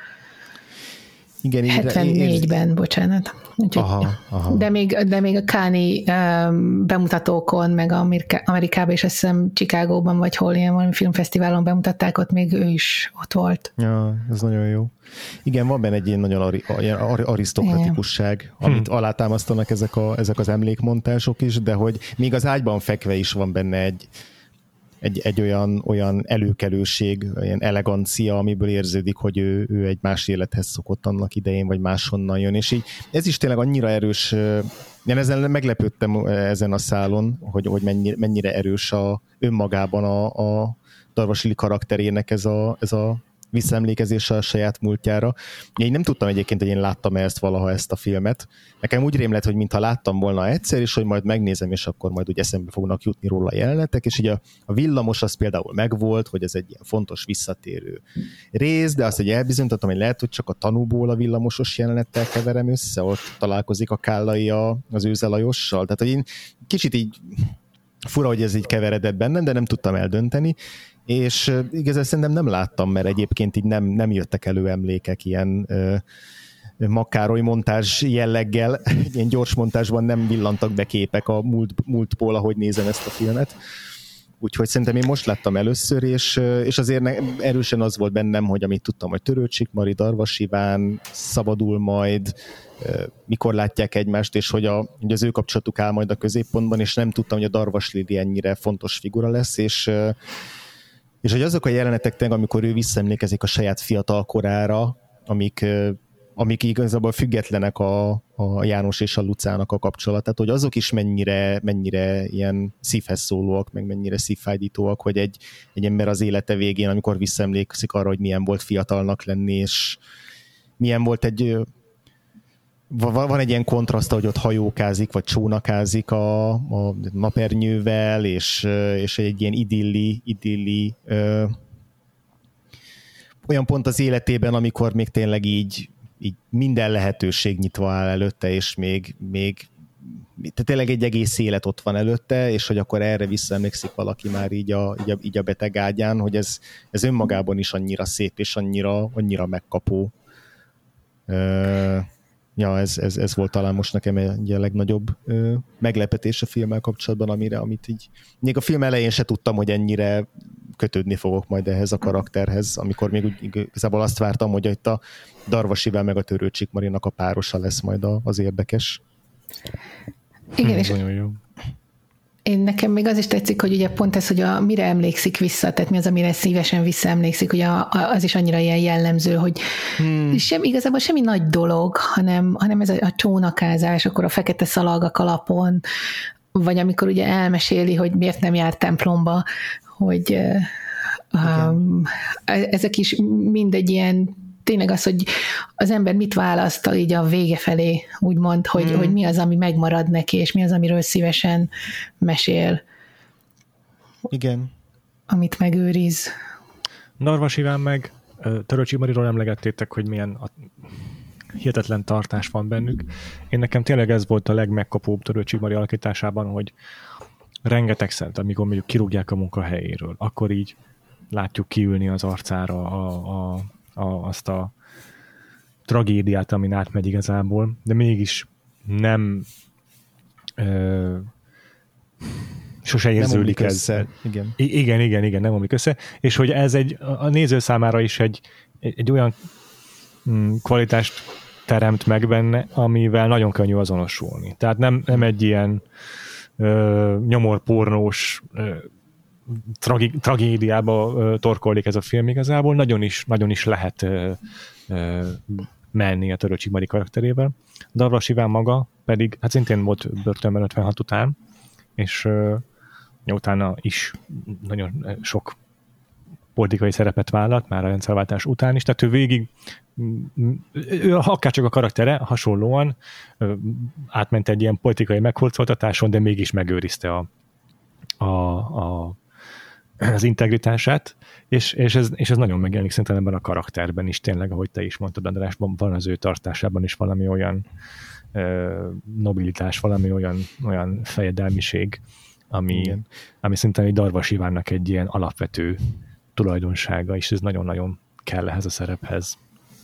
Igen, 74-ben, bocsánat. Úgyhogy, aha. De még a Cannes bemutatókon, meg Amerikában, és azt hiszem Chicagóban, vagy hol ilyen valami filmfesztiválon bemutatták, ott még ő is ott volt. Ja, ez nagyon jó. Igen, van benne egy ilyen nagyon arisztokratikusság, amit alátámasztanak ezek az emlékmontások is, de hogy még az ágyban fekve is van benne egy olyan előkelőség, olyan elegancia, amiből érződik, hogy ő egy más élethez szokott annak idején, vagy máshonnan jön, és így ez is tényleg annyira erős, én ezzel meglepődtem ezen a szálon, hogy mennyire erős önmagában a Darvas Lili karakterének ez a visszaemlékezéssel a saját múltjára. Én nem tudtam egyébként, hogy én láttam ezt a filmet. Nekem úgy rémlett, hogy mintha láttam volna egyszer, és hogy majd megnézem, és akkor majd úgy eszembe fognak jutni róla a jelenetek, és ugye a villamos az például megvolt, hogy ez egy ilyen fontos visszatérő rész, de azt, hogy elbizonyítottam, hogy lehet, hogy csak a Tanúból a villamosos jelenettel keverem össze, ott találkozik a Kállai az Őze Lajossal. Tehát, hogy én kicsit így fura, hogy ez így keveredett bennem, de nem tudtam eldönteni, és igazán szerintem nem láttam, mert egyébként így nem jöttek elő emlékek ilyen Makkároly montázs jelleggel, ilyen gyors montázsban nem villantak be képek a múltból, ahogy nézem ezt a filmet. Úgyhogy szerintem én most láttam először, és azért erősen az volt bennem, hogy amit tudtam, hogy Törőcsik Mari, Darvas Iván szabadul majd, mikor látják egymást, és hogy az ő kapcsolatuk áll majd a középpontban, és nem tudtam, hogy a Darvas Lili ennyire fontos figura lesz, és hogy azok a jelenetek tényleg, amikor ő visszaemlékezik a saját fiatal korára, amik igazából függetlenek a János és a Lucának a kapcsolatát, hogy azok is mennyire ilyen szívhez szólóak, meg mennyire szívfájdítóak, hogy egy ember az élete végén, amikor visszaemlékszik arra, hogy milyen volt fiatalnak lenni, és milyen volt van egy ilyen kontraszt, hogy ott hajókázik, vagy csónakázik a napernyővel, és egy ilyen idilli olyan pont az életében, amikor még tényleg így minden lehetőség nyitva áll előtte, és még tehát tényleg egy egész élet ott van előtte, és hogy akkor erre visszaemlékszik valaki már így a beteg ágyán, hogy ez önmagában is annyira szép, és annyira megkapó. Ja, ez volt talán most nekem a legnagyobb meglepetés a filmmel kapcsolatban, amit így még a film elején se tudtam, hogy ennyire kötődni fogok majd ehhez a karakterhez, amikor még úgy igazából azt vártam, hogy itt a Darvasivel meg a Törőcsik Marinak a párosa lesz majd az érdekes. Igen, és nagyon jó. Nekem még az is tetszik, hogy ugye pont ez, hogy mire emlékszik vissza, tehát mi az, amire szívesen visszaemlékszik, hogy az is annyira ilyen jellemző, hogy igazából semmi nagy dolog, hanem ez a csónakázás, akkor a fekete szalag a kalapon, vagy amikor ugye elmeséli, hogy miért nem jár templomba, hogy ezek is mindegy ilyen, tényleg az, hogy az ember mit választ így a vége felé, úgymond, hogy mi az, ami megmarad neki, és mi az, amiről szívesen mesél. Igen. Amit megőriz. Darvas Iván meg Törőcsik Mariról emlegettétek, hogy milyen hihetetlen tartás van bennük. Én nekem tényleg ez volt a legmegkapóbb Törőcsik Mari alakításában, hogy rengeteg szent, amikor mondjuk kirúgják a munkahelyéről, akkor így látjuk kiülni az arcára azt a tragédiát, amin átmegy igazából, de mégis nem sose érződik ez. Össze. Igen, nem omlik össze, és hogy ez a néző számára is egy olyan kvalitást teremt meg benne, amivel nagyon könnyű azonosulni. Tehát nem egy ilyen nyomorpornós tragédiába torkollik ez a film igazából, nagyon is lehet menni a Törőcsik Mari karakterével. Darvas Iván maga pedig, hát szintén volt börtönben 56 után, és utána is nagyon sok politikai szerepet vállalt, már a rendszerváltás után is, tehát ő végig, akárcsak a karaktere hasonlóan átment egy ilyen politikai meghurcoltatáson, de mégis megőrizte az integritását, és ez nagyon megjelenik szerintem ebben a karakterben is, tényleg, ahogy te is mondtad, András, van az ő tartásában is valami olyan nobilitás, valami olyan fejedelmiség, ami szerintem egy Darvas Ivánnak egy ilyen alapvető tulajdonsága, és ez nagyon-nagyon kell ehhez a szerephez.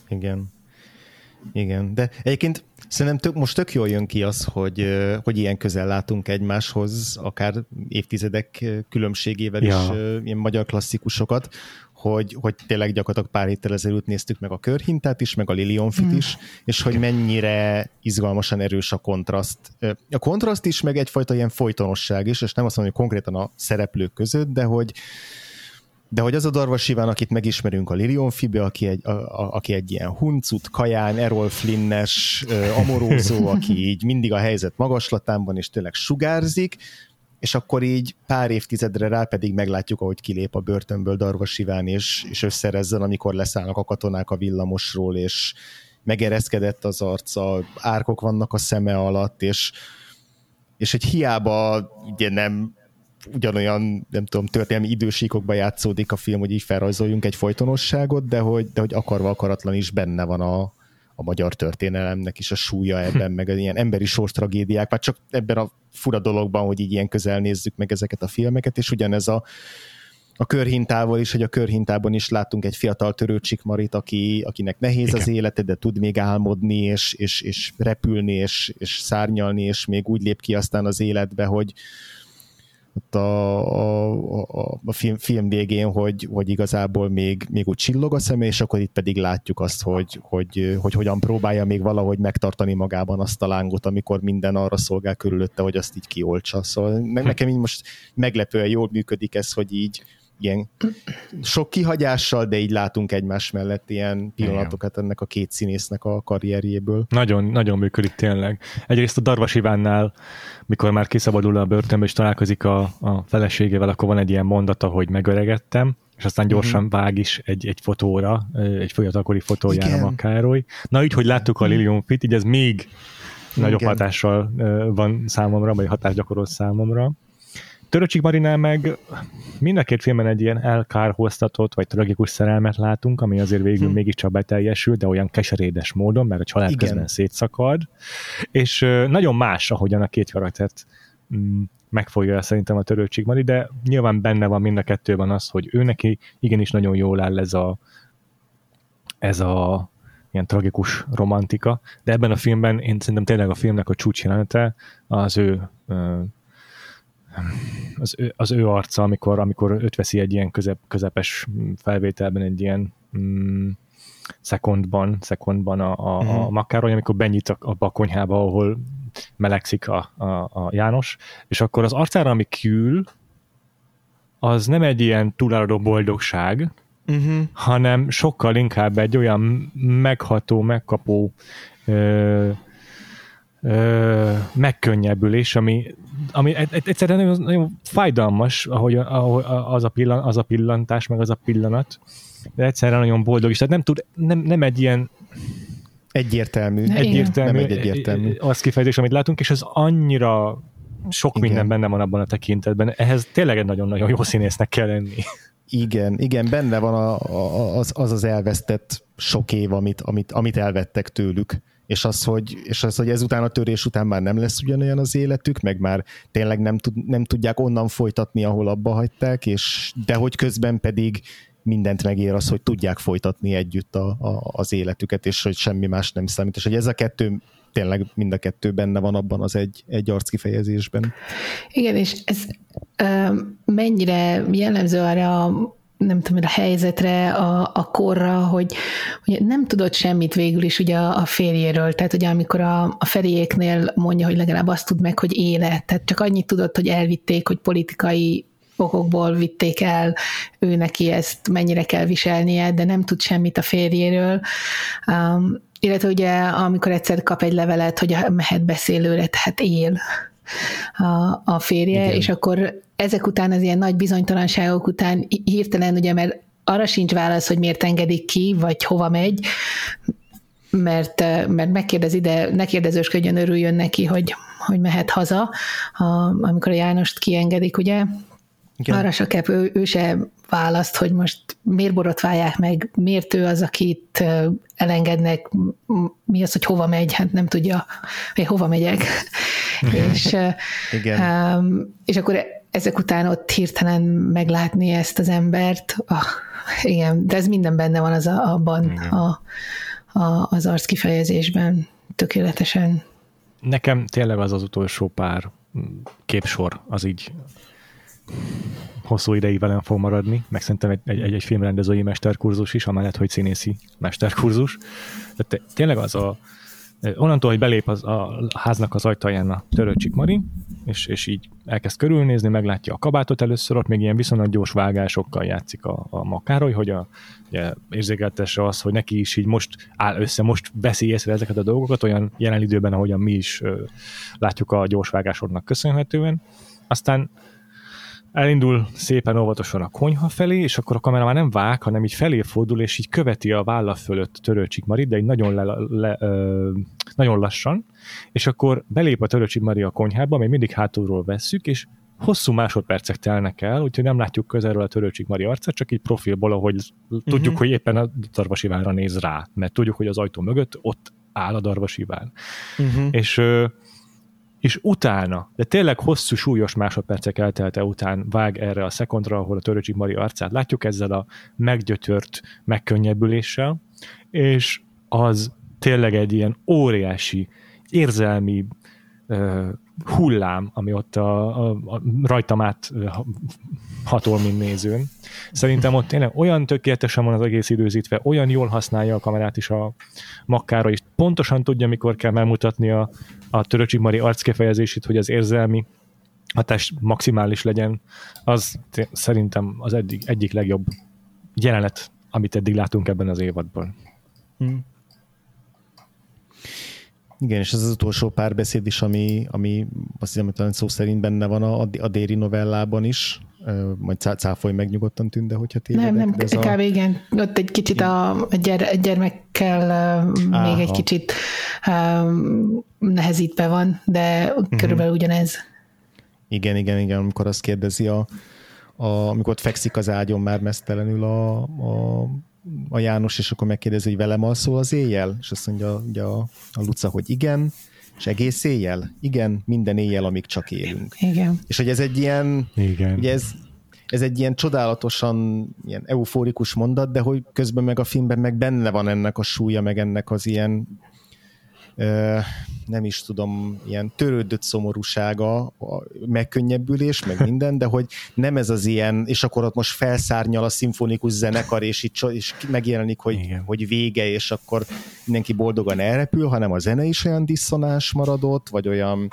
Igen, de egyébként szerintem most tök jól jön ki az, hogy ilyen közel látunk egymáshoz, akár évtizedek különbségével is ilyen magyar klasszikusokat, hogy tényleg gyakorlatilag pár héttel ezelőtt néztük meg a Körhintát is, meg a Lilionfit is, és hogy mennyire izgalmasan erős a kontraszt. A kontraszt is, meg egyfajta ilyen folytonosság is, és nem azt mondom, hogy konkrétan a szereplők között, de hogy az a Darvas Iván, akit megismerünk a Lilionfibe, aki egy ilyen huncut, kaján, Errol Flynn-es amorózó, aki így mindig a helyzet magaslatán van, és tényleg sugárzik, és akkor így pár évtizedre rá pedig meglátjuk, ahogy kilép a börtönből Darvas Iván, és összerezzen, amikor leszállnak a katonák a villamosról, és megereszkedett az arca, árkok vannak a szeme alatt, és egy hiába ugye nem ugyanolyan, nem tudom, történelmi idősíkokban játszódik a film, hogy így felrajzoljunk egy folytonosságot, de hogy akarva akaratlan is benne van a magyar történelemnek is a súlya ebben, meg ilyen emberi sors tragédiák, már csak ebben a fura dologban, hogy így ilyen közel nézzük meg ezeket a filmeket, és ugyanez a Körhintával is, hogy a Körhintában is láttunk egy fiatal Törőcsik Marit, akinek nehéz az élete, de tud még álmodni, és repülni, és szárnyalni, és még úgy lép ki aztán az életbe, hogy ott a film végén, hogy igazából még úgy csillog a szeme, és akkor itt pedig látjuk azt, hogy hogyan próbálja még valahogy megtartani magában azt a lángot, amikor minden arra szolgál körülötte, hogy azt így kioltsa. Szóval nekem így most meglepően jól működik ez, hogy így ilyen sok kihagyással, de így látunk egymás mellett ilyen pillanatokat ennek a két színésznek a karrierjéből. Nagyon, nagyon működik tényleg. Egyrészt a Darvas Ivánnál, mikor már kiszabadul a börtönbe, és találkozik a feleségével, akkor van egy ilyen mondata, hogy megöregettem, és aztán gyorsan vág is egy fotóra, egy fiatalkori fotójára a Károly. Na így, hogy láttuk a Lilionfit, így ez még nagyobb hatással van számomra, vagy hatást gyakorolt számomra. Törőcsik Marinál meg mind a két filmben egy ilyen elkárhoztatott, vagy tragikus szerelmet látunk, ami azért végül mégiscsak beteljesül, de olyan keserédes módon, mert a család közben szétszakad, és nagyon más, ahogyan a két karaktert megfogja szerintem a Törőcsik Mari, de nyilván benne van mind a kettőben az, hogy ő neki igenis nagyon jól áll ez a ilyen tragikus romantika, de ebben a filmben én szerintem tényleg a filmnek a csúcsjelenete az ő az ő arca, amikor őt veszi egy ilyen közepes felvételben, egy ilyen szekundban a McCarroy, amikor benyit abba a konyhába, ahol melegszik a János, és akkor az arcára, ami kül, az nem egy ilyen túláradó boldogság, hanem sokkal inkább egy olyan megható, megkapó megkönnyebbülés, ami egyszerűen nagyon, nagyon fájdalmas, ahogy az a pillantás, meg az a pillanat, de egyszerűen nagyon boldog is. Tehát nem egy ilyen egyértelmű az kifejezés, amit látunk, és az annyira sok minden benne van abban a tekintetben. Ehhez tényleg egy nagyon-nagyon jó színésznek kell lenni. Igen, benne van az elvesztett sok év, amit elvettek tőlük. És az, hogy ezután a törés után már nem lesz ugyanolyan az életük, meg már tényleg nem tudják onnan folytatni, ahol abba hagyták, de hogy közben pedig mindent megér az, hogy tudják folytatni együtt az életüket, és hogy semmi más nem számít. És hogy ez a kettő, tényleg mind a kettő benne van abban az egy arckifejezésben. Igen, és ez mennyire jellemző arra nem tudom, a helyzetre, a korra, hogy nem tudott semmit végül is ugye a férjéről, tehát ugye amikor a Feriéknél mondja, hogy legalább azt tud meg, hogy élet, tehát csak annyit tudott, hogy elvitték, hogy politikai okokból vitték el, ő neki ezt mennyire kell viselnie, de nem tud semmit a férjéről. Illetve ugye amikor egyszer kap egy levelet, hogy mehet beszélőre, tehát él a férje, igen. És akkor ezek után, az ilyen nagy bizonytalanságok után hirtelen, ugye, mert arra sincs válasz, hogy miért engedik ki, vagy hova megy, mert megkérdezi, de ne kérdezősködjön, örüljön neki, hogy mehet haza, amikor a Jánost kiengedik, ugye. Igen. Arra se kap, ő se választ, hogy most miért borotválják meg, miért ő az, akit elengednek, mi az, hogy hova megy, hát nem tudja, hogy hova megyek. És akkor ezek után ott hirtelen meglátni ezt az embert, igen, de ez minden benne van abban az arckifejezésben tökéletesen. Nekem tényleg az utolsó pár képsor, az így hosszú ideig velem fog maradni, meg szerintem egy filmrendezői mesterkurzus is, amellett, hogy színészi mesterkurzus. De tényleg az onnantól, hogy belép a háznak az ajtaján a Törőcsik Mari, és így elkezd körülnézni, meglátja a kabátot először, ott még ilyen viszonylag gyors vágásokkal játszik a McCarroy, hogy ugye érzékeltesse az, hogy neki is így most áll össze, most veszi észre ezeket a dolgokat, olyan jelen időben, ahogyan mi is látjuk a gyors vágásoknak köszönhetően. Aztán elindul szépen óvatosan a konyha felé, és akkor a kamera már nem vág, hanem így felé fordul, és így követi a válla fölött Törőcsik Marit, de így nagyon, nagyon lassan, és akkor belép a Törőcsik Mari a konyhába, még mindig hátulról vesszük, és hosszú másodpercek telnek el, úgyhogy nem látjuk közelről a Törőcsik Mari arcát, csak így profilból, ahogy tudjuk, hogy éppen a Darvas Ivánra néz rá, mert tudjuk, hogy az ajtó mögött ott áll a Darvas Iván. És utána, de tényleg hosszú, súlyos másodpercek eltelte után vág erre a szekundra, ahol a Törőcsik Mari arcát látjuk ezzel a meggyötört megkönnyebbüléssel, és az tényleg egy ilyen óriási érzelmi hullám, ami ott rajtam át hatol, mint nézőn. Szerintem ott tényleg olyan tökéletesen van az egész időzítve, olyan jól használja a kamerát is a McCarroy, és pontosan tudja, mikor kell megmutatni a Törőcsik Mari arckifejezését, hogy az érzelmi hatás maximális legyen. Az szerintem az egyik legjobb jelenet, amit eddig látunk ebben az évadban. Igen, és ez az utolsó párbeszéd is, ami azt hiszem, hogy talán szó szerint benne van a Déri novellában is, majd cáfolj meg nyugodtan, Tünde, hogyha tévedek. Nem, kb. Igen. Ott egy kicsit a gyermekkel még egy kicsit nehezítve van, de körülbelül ugyanez. Igen, amikor azt kérdezi, amikor ott fekszik az ágyon már meztelenül a János, és akkor megkérdezi, hogy velem alszol az éjjel? És azt mondja ugye a Luca, hogy igen, és egész éjjel? Igen, minden éjjel, amíg csak élünk. Igen. És hogy ez egy ilyen, ugye ez egy ilyen csodálatosan ilyen euforikus mondat, de hogy közben meg a filmben meg benne van ennek a súlya, meg ennek az ilyen nem is tudom, ilyen törődött szomorúsága, a megkönnyebbülés, meg minden, de hogy nem ez az ilyen, és akkor ott most felszárnyal a szimfonikus zenekar, és megjelenik, hogy vége, és akkor mindenki boldogan elrepül, hanem a zene is olyan diszonás maradott, vagy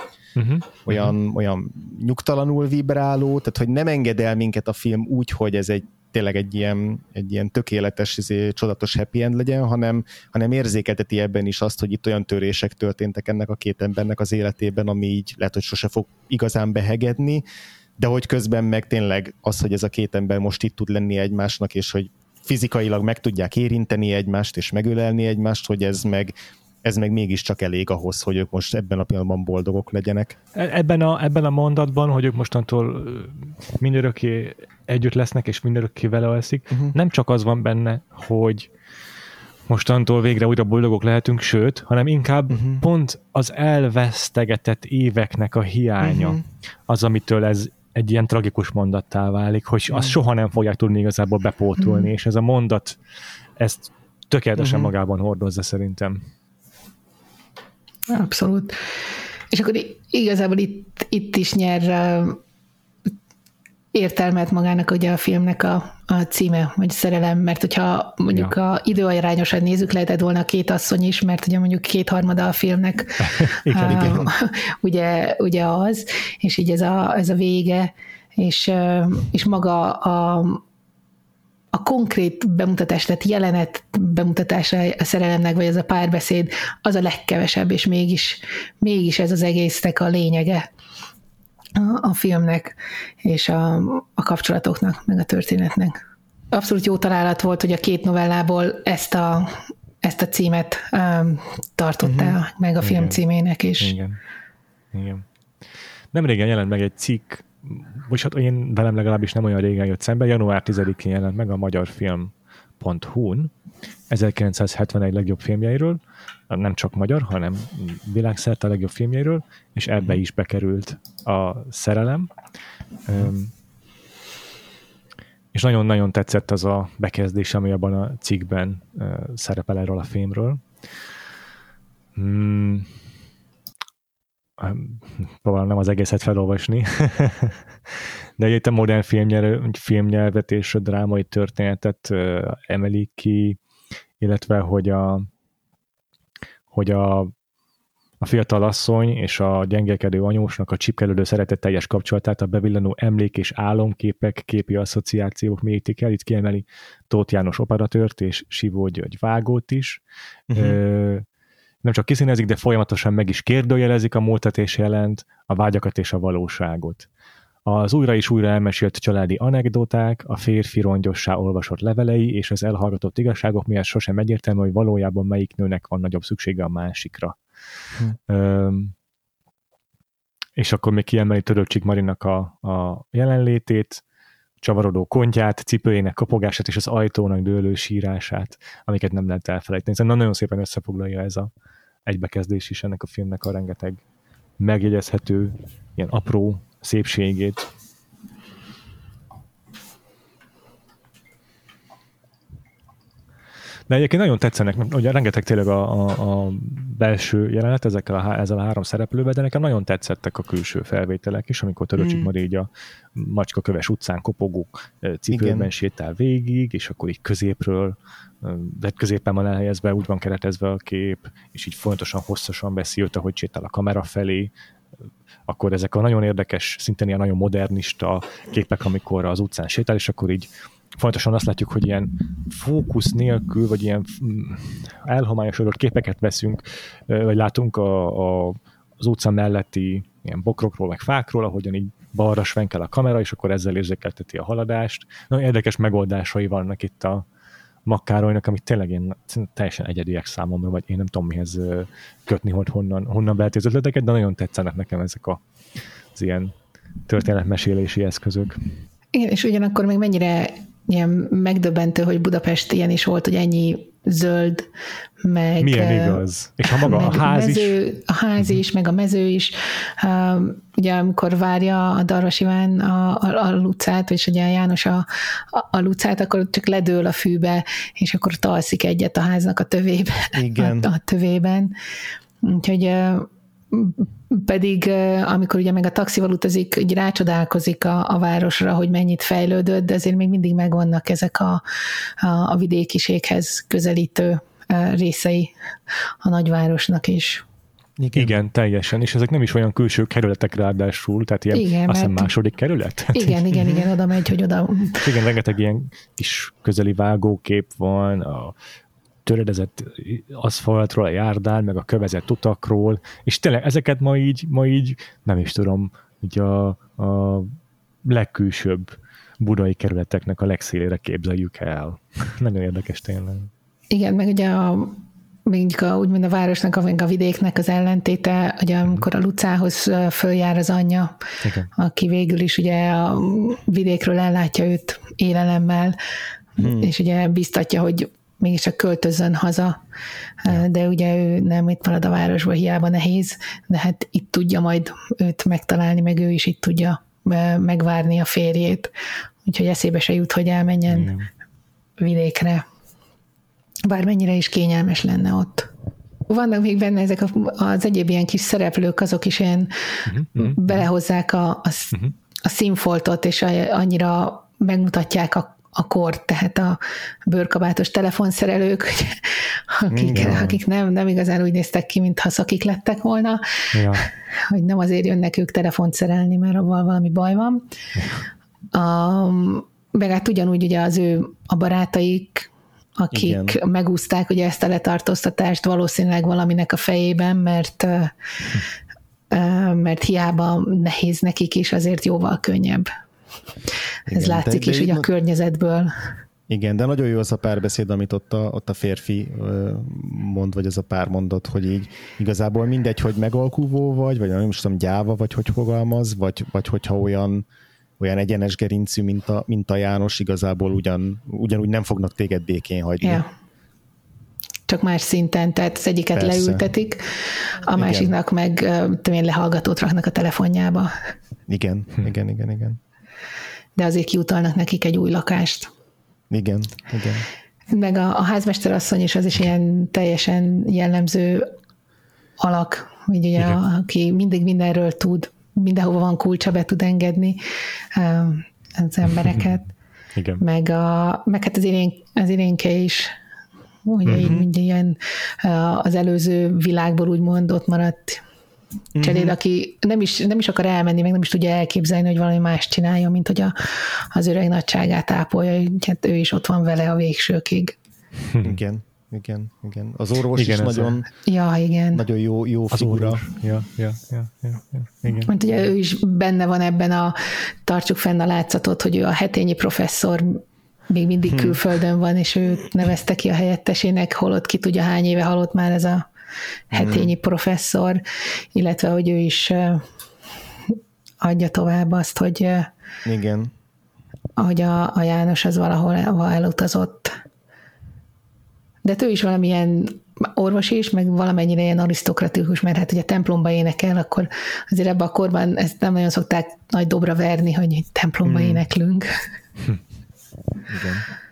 olyan nyugtalanul vibráló, tehát hogy nem enged el minket a film úgy, hogy ez tényleg egy ilyen tökéletes, csodatos happy end legyen, hanem érzékelteti ebben is azt, hogy itt olyan törések történtek ennek a két embernek az életében, ami így lehet, hogy sose fog igazán behegedni, de hogy közben meg tényleg az, hogy ez a két ember most itt tud lenni egymásnak, és hogy fizikailag meg tudják érinteni egymást, és megölelni egymást, hogy ez meg mégiscsak elég ahhoz, hogy ők most ebben a pillanatban boldogok legyenek. Ebben a mondatban, hogy ők mostantól mindörökké együtt lesznek, és mindörökké vele alszik, nem csak az van benne, hogy mostantól végre újra boldogok lehetünk, sőt, hanem inkább pont az elvesztegetett éveknek a hiánya az, amitől ez egy ilyen tragikus mondattá válik, hogy azt soha nem fogják tudni igazából bepótolni, és ez a mondat ezt tökéletesen magában hordozza szerintem. Abszolút. És akkor igazából itt is nyer értelmet magának ugye a filmnek a címe, vagy szerelem, mert hogyha mondjuk a időarányosan nézzük, lehetett volna a két asszony is, mert ugye mondjuk 2/3 a filmnek igen. Ugye az, és így ez a vége, és maga a konkrét bemutatás, tehát jelenet bemutatása a szerelemnek, vagy az a párbeszéd, az a legkevesebb, és mégis ez az egésznek a lényege a filmnek, és a kapcsolatoknak, meg a történetnek. Abszolút jó találat volt, hogy a két novellából ezt a címet tartotta meg a film címének is. Igen. Nem régen jelent meg egy cikk, vagy hát én velem legalábbis nem olyan régen jött szembe, január 10-én jelent meg a magyarfilm.hu-n 1971 legjobb filmjeiről, nem csak magyar, hanem világszerte a legjobb filmjeiről, és ebbe is bekerült a szerelem. És nagyon-nagyon tetszett az a bekezdés, ami abban a cikkben szerepel erről a filmről. Próbálom nem az egészet felolvasni, de itt a modern filmnyelvet és a drámai történetet emelik ki, illetve hogy a fiatal asszony és a gyengelkedő anyósnak a csipkelődő szeretetteljes kapcsolatát a bevillanó emlék és álomképek, képi asszociációk mélyítik el. Itt kiemeli Tóth János operatőrt és Sivó György vágót is. Nem csak kiszínezik, de folyamatosan meg is kérdőjelezik a múltat és jelent, a vágyakat és a valóságot. Az újra és újra elmesélt családi anekdoták, a férfi rongyossá olvasott levelei és az elhallgatott igazságok miatt sosem egyértelmű, hogy valójában melyik nőnek van nagyobb szüksége a másikra. És akkor még kiemeli Törökcsik Marinak a jelenlétét, csavarodó kontját, cipőjének kopogását és az ajtónak dőlő sírását, amiket nem lehet elfelejteni. Szóval nagyon szépen összefoglalja ez a egybekezdés is ennek a filmnek a rengeteg megjegyezhető, ilyen apró szépségét. De egyébként nagyon tetszenek, ugye rengeteg tényleg a belső jelenet ezzel a 3 szereplővel, de nekem nagyon tetszettek a külső felvételek is, amikor Törökcsik Mari így a Macskaköves utcán kopogó cipőben sétál végig, és akkor így középről, de középen van elhelyezve, úgy van keretezve a kép, és így fontosan, hosszasan beszélt, ahogy sétál a kamera felé. Akkor ezek a nagyon érdekes, szintén ilyen nagyon modernista képek, amikor az utcán sétál, és akkor így fontosan azt látjuk, hogy ilyen fókusz nélkül, vagy ilyen elhomályosodott képeket veszünk, vagy látunk az utca melletti ilyen bokrokról, meg fákról, ahogyan így balra svenkel a kamera, és akkor ezzel érzékelteti a haladást. Nagyon érdekes megoldásai vannak itt a Makkárolynak, amit tényleg én teljesen egyediek számomra, vagy én nem tudom mihez kötni, hogy honnan vehet az ötleteket, de nagyon tetszenek nekem ezek az ilyen történetmesélési eszközök. Igen, és ugyanakkor még mennyire ilyen megdöbbentő, a ilyen is volt, hogy ennyi zöld, meg... Milyen igaz. És ha maga a ház is. A ház is, meg a mező is. Ugye amikor várja a Darvas Iván a Lucát, vagyis ugye a János a Lucát, akkor csak ledől a fűbe, és akkor alszik egyet a háznak a tövében. Igen. A tövében. Úgyhogy pedig amikor ugye meg a taxival utazik, ugye rácsodálkozik a városra, hogy mennyit fejlődött, de azért még mindig megvannak ezek a vidékiséghez közelítő részei a nagyvárosnak is. Igen, teljesen, és ezek nem is olyan külső kerületek ráadásul, tehát ilyen, igen, azt hiszem második kerület? Igen, oda megy, hogy oda... Igen, rengeteg ilyen kis közeli vágókép van, a töredezett aszfaltról, a járdán, meg a kövezett utakról, és tényleg ezeket ma így nem is tudom, így a legkülsőbb budai kerületeknek a legszélére képzeljük el. Nagyon érdekes tényleg. Igen, meg ugye úgymond a városnak, a vidéknek az ellentéte, ugye amikor a Lucához följár az anyja, igen. Aki végül is ugye a vidékről ellátja őt élelemmel, és ugye biztatja, hogy mégiscsak költözzön haza, de ugye ő nem itt marad a városban, hiába nehéz, de hát itt tudja majd őt megtalálni, meg ő is itt tudja megvárni a férjét, úgyhogy eszébe se jut, hogy elmenjen vidékre. Bármennyire is kényelmes lenne ott. Vannak még benne ezek az egyéb ilyen kis szereplők, azok is ilyen belehozzák a színfoltot, és annyira megmutatják a kort, tehát a bőrkabátos telefonszerelők, akik nem igazán úgy néztek ki, mintha szakik lettek volna, hogy nem azért jönnek ők telefont szerelni, mert abban valami baj van. Meg hát ugyanúgy ugye a barátaik, akik megúszták ugye ezt a letartóztatást valószínűleg valaminek a fejében, mert hiába nehéz nekik is, azért jóval könnyebb. Ez látszik is ugye a környezetből. Igen, de nagyon jó az a párbeszéd, amit ott a férfi mond, vagy az a pár mondott, hogy így igazából mindegy, hogy megalkuvó vagy nem most tudom, gyáva vagy, hogy fogalmaz, vagy hogyha olyan egyenes gerincű, mint a János, igazából ugyanúgy nem fognak téged békén hagyni. Ja. Csak más szinten, tehát az egyiket leültetik, a másiknak meg lehallgatót raknak a telefonjába. Igen. De azért kiutalnak nekik egy új lakást. Igen. Meg a házmesterasszony is az is ilyen teljesen jellemző alak, ugye, aki mindig mindenről tud, mindenhova van kulcsa, be tud engedni az embereket. Igen. Meg hát az Irénke is, ugye így ilyen az előző világból úgymond ott maradt cseléd, aki nem is akar elmenni, meg nem is tudja elképzelni, hogy valami más csinálja, mint hogy az öreg nagyságát ápolja, hogy hát ő is ott van vele a végsőkig. Igen. Az orvos igen, is nagyon, nagyon jó figura. Ja. Igen. Mert ugye ő is benne van ebben tartsuk fenn a látszatot, hogy ő a Hetényi professzor még mindig külföldön van, és őt nevezte ki a helyettesének, holott ki tudja hány éve halott már ez a Hetényi professzor, illetve hogy ő is adja tovább azt, hogy igen. Ahogy a János az valahol elutazott. De ő is valamilyen orvos is, meg valamennyire ilyen arisztokratikus, mert hát ugye templomba énekel, akkor azért ebben a korban ezt nem nagyon szokták nagy dobra verni, hogy templomba éneklünk. Igen.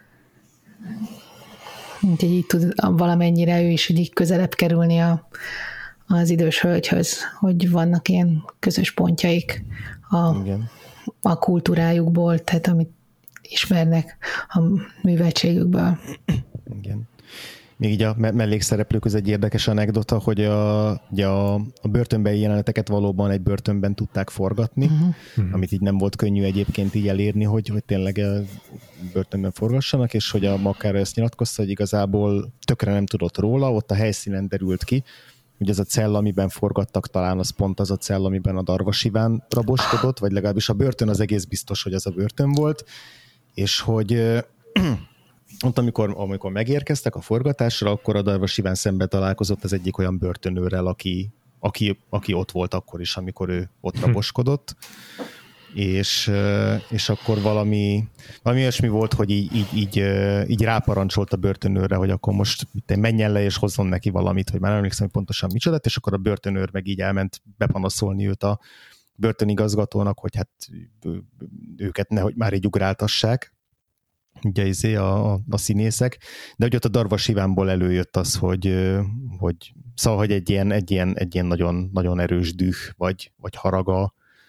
Úgyhogy így tud valamennyire ő is így közelebb kerülni az idős hölgyhöz, hogy vannak ilyen közös pontjaik a kultúrájukból, tehát amit ismernek a műveltségükből. Igen. Még így a mellékszereplők, az egy érdekes anekdota, hogy a börtönbeli jeleneteket valóban egy börtönben tudták forgatni, amit így nem volt könnyű egyébként így elérni, hogy tényleg börtönben forgassanak, és hogy a Makkára ezt nyilatkozta, hogy igazából tökre nem tudott róla, ott a helyszínen derült ki, hogy ez a cella, amiben forgattak, talán az pont az a cella, amiben a Darvas Iván raboskodott, vagy legalábbis a börtön az egész biztos, hogy az a börtön volt, és hogy ott, amikor megérkeztek a forgatásra, akkor a Darvas Iván szembe találkozott az egyik olyan börtönőrrel, aki ott volt akkor is, amikor ő ott raboskodott, és akkor valami olyasmi volt, hogy így ráparancsolt a börtönőrre, hogy akkor most menjen le és hozzon neki valamit, hogy már nem emlékszem, hogy pontosan micsoda, és akkor a börtönőr meg így elment bepanaszolni őt a börtönigazgatónak, hogy hát őket nehogy már így ugráltassák. ugye a színészek, de hogy ott a Darvas Ivánból előjött az, hogy szóval, hogy egy ilyen nagyon, nagyon erős düh, vagy haraga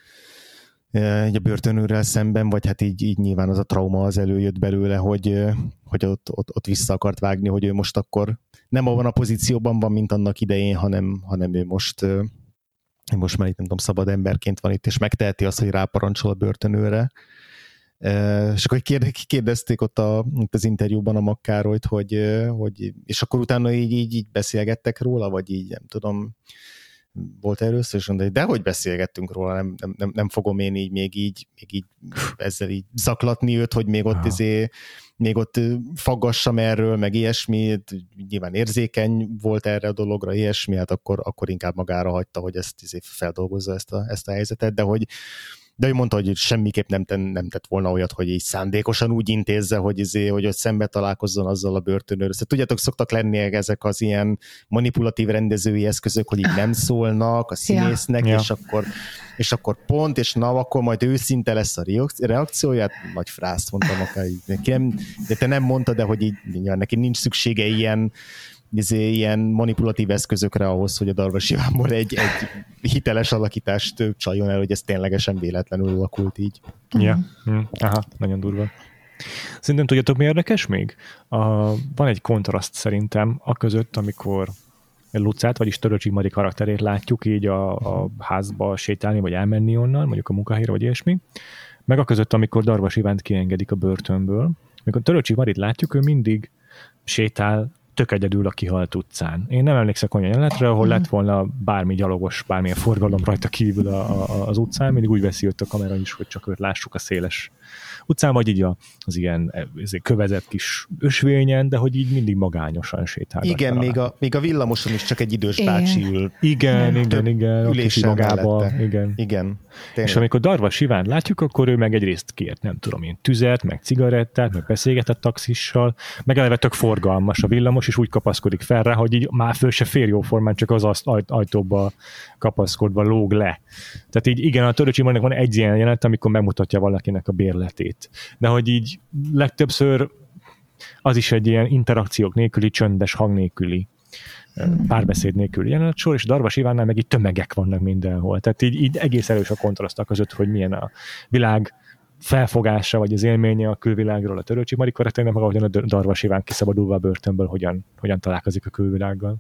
a börtönőrrel szemben, vagy hát így nyilván az a trauma az előjött belőle, hogy ott vissza akart vágni, hogy ő most akkor nem abban a pozícióban van, mint annak idején, hanem ő most már itt nem tudom, szabad emberként van itt, és megteheti azt, hogy ráparancsol a börtönőrre. És akkor kérdezték ott az interjúban a Makkárolyt, hogy és akkor utána így beszélgettek róla, vagy így nem tudom, volt erről szó, és mondta, hogy dehogy beszélgettünk róla, nem fogom én még így ezzel így zaklatni őt, hogy még ott faggassam erről, meg ilyesmi, nyilván érzékeny volt erre a dologra, ilyesmi, hát akkor inkább magára hagyta, hogy ezt feldolgozza ezt a helyzetet, de hogy mondta, hogy semmiképp nem tett volna olyat, hogy így szándékosan úgy intézze, hogy ott szembe találkozzon azzal a börtönőrrel. Szóval tudjátok, szoktak lenni ezek az ilyen manipulatív rendezői eszközök, hogy így nem szólnak a színésznek, ja. És akkor pont, és akkor majd őszinte lesz a reakcióját, nagy frászt mondtam akár így. De te nem mondtad, de hogy így neki nincs szüksége ilyen manipulatív eszközökre ahhoz, hogy a Darvas Ivánból egy hiteles alakítást csaljon el, hogy ez ténylegesen véletlenül alakult így. Ja, aha, nagyon durva. Szerintem tudjátok, mi érdekes még? Van egy kontraszt szerintem a között, amikor Lucát, vagyis Töröcsik Mari karakterét látjuk így a házba sétálni, vagy elmenni onnan, mondjuk a munkahelyre, vagy ilyesmi, meg a között, amikor Darvas Ivánt kiengedik a börtönből. Amikor Töröcsik Marit látjuk, ő mindig sétál tök egyedül a kihalt utcán. Én nem emlékszek olyan jelenetre, ahol lett volna bármi gyalogos, bármilyen forgalom rajta kívül az utcán, mindig úgy veszi őt a kamera is, hogy csak őt lássuk a széles utcán, vagy így az ilyen kövezett kis ösvényen, de hogy így mindig magányosan sétál. Igen, még a villamoson is csak egy idős bácsi ül. Igen. Üléssel magába. Igen. És amikor Darvas Iván látjuk, akkor ő meg egyrészt kért, nem tudom én, tüzet, meg cigarettát, meg beszélgetett taxissal, meg eleve tök forgalmas a villamos, és úgy kapaszkodik fel rá, hogy így már föl se fér jóformán, csak az ajtóba kapaszkodva lóg le. Tehát így igen, a Töröcsik Marinak van egy ilyen jelenet, amikor megmutatja valakinek a bérletét. De hogy így legtöbbször az is egy ilyen interakciók nélküli, csöndes hang nélküli, párbeszéd nélküli jelenet sor, és Darvas Ivánnál meg így tömegek vannak mindenhol. Tehát így egész erős a kontraszt között, hogy milyen a világ felfogása, vagy az élménye a külvilágról a Töröcsik Mari karakternek, meg ahogyan a Darvas Iván kiszabadulva a börtönből, hogyan találkozik a külvilággal.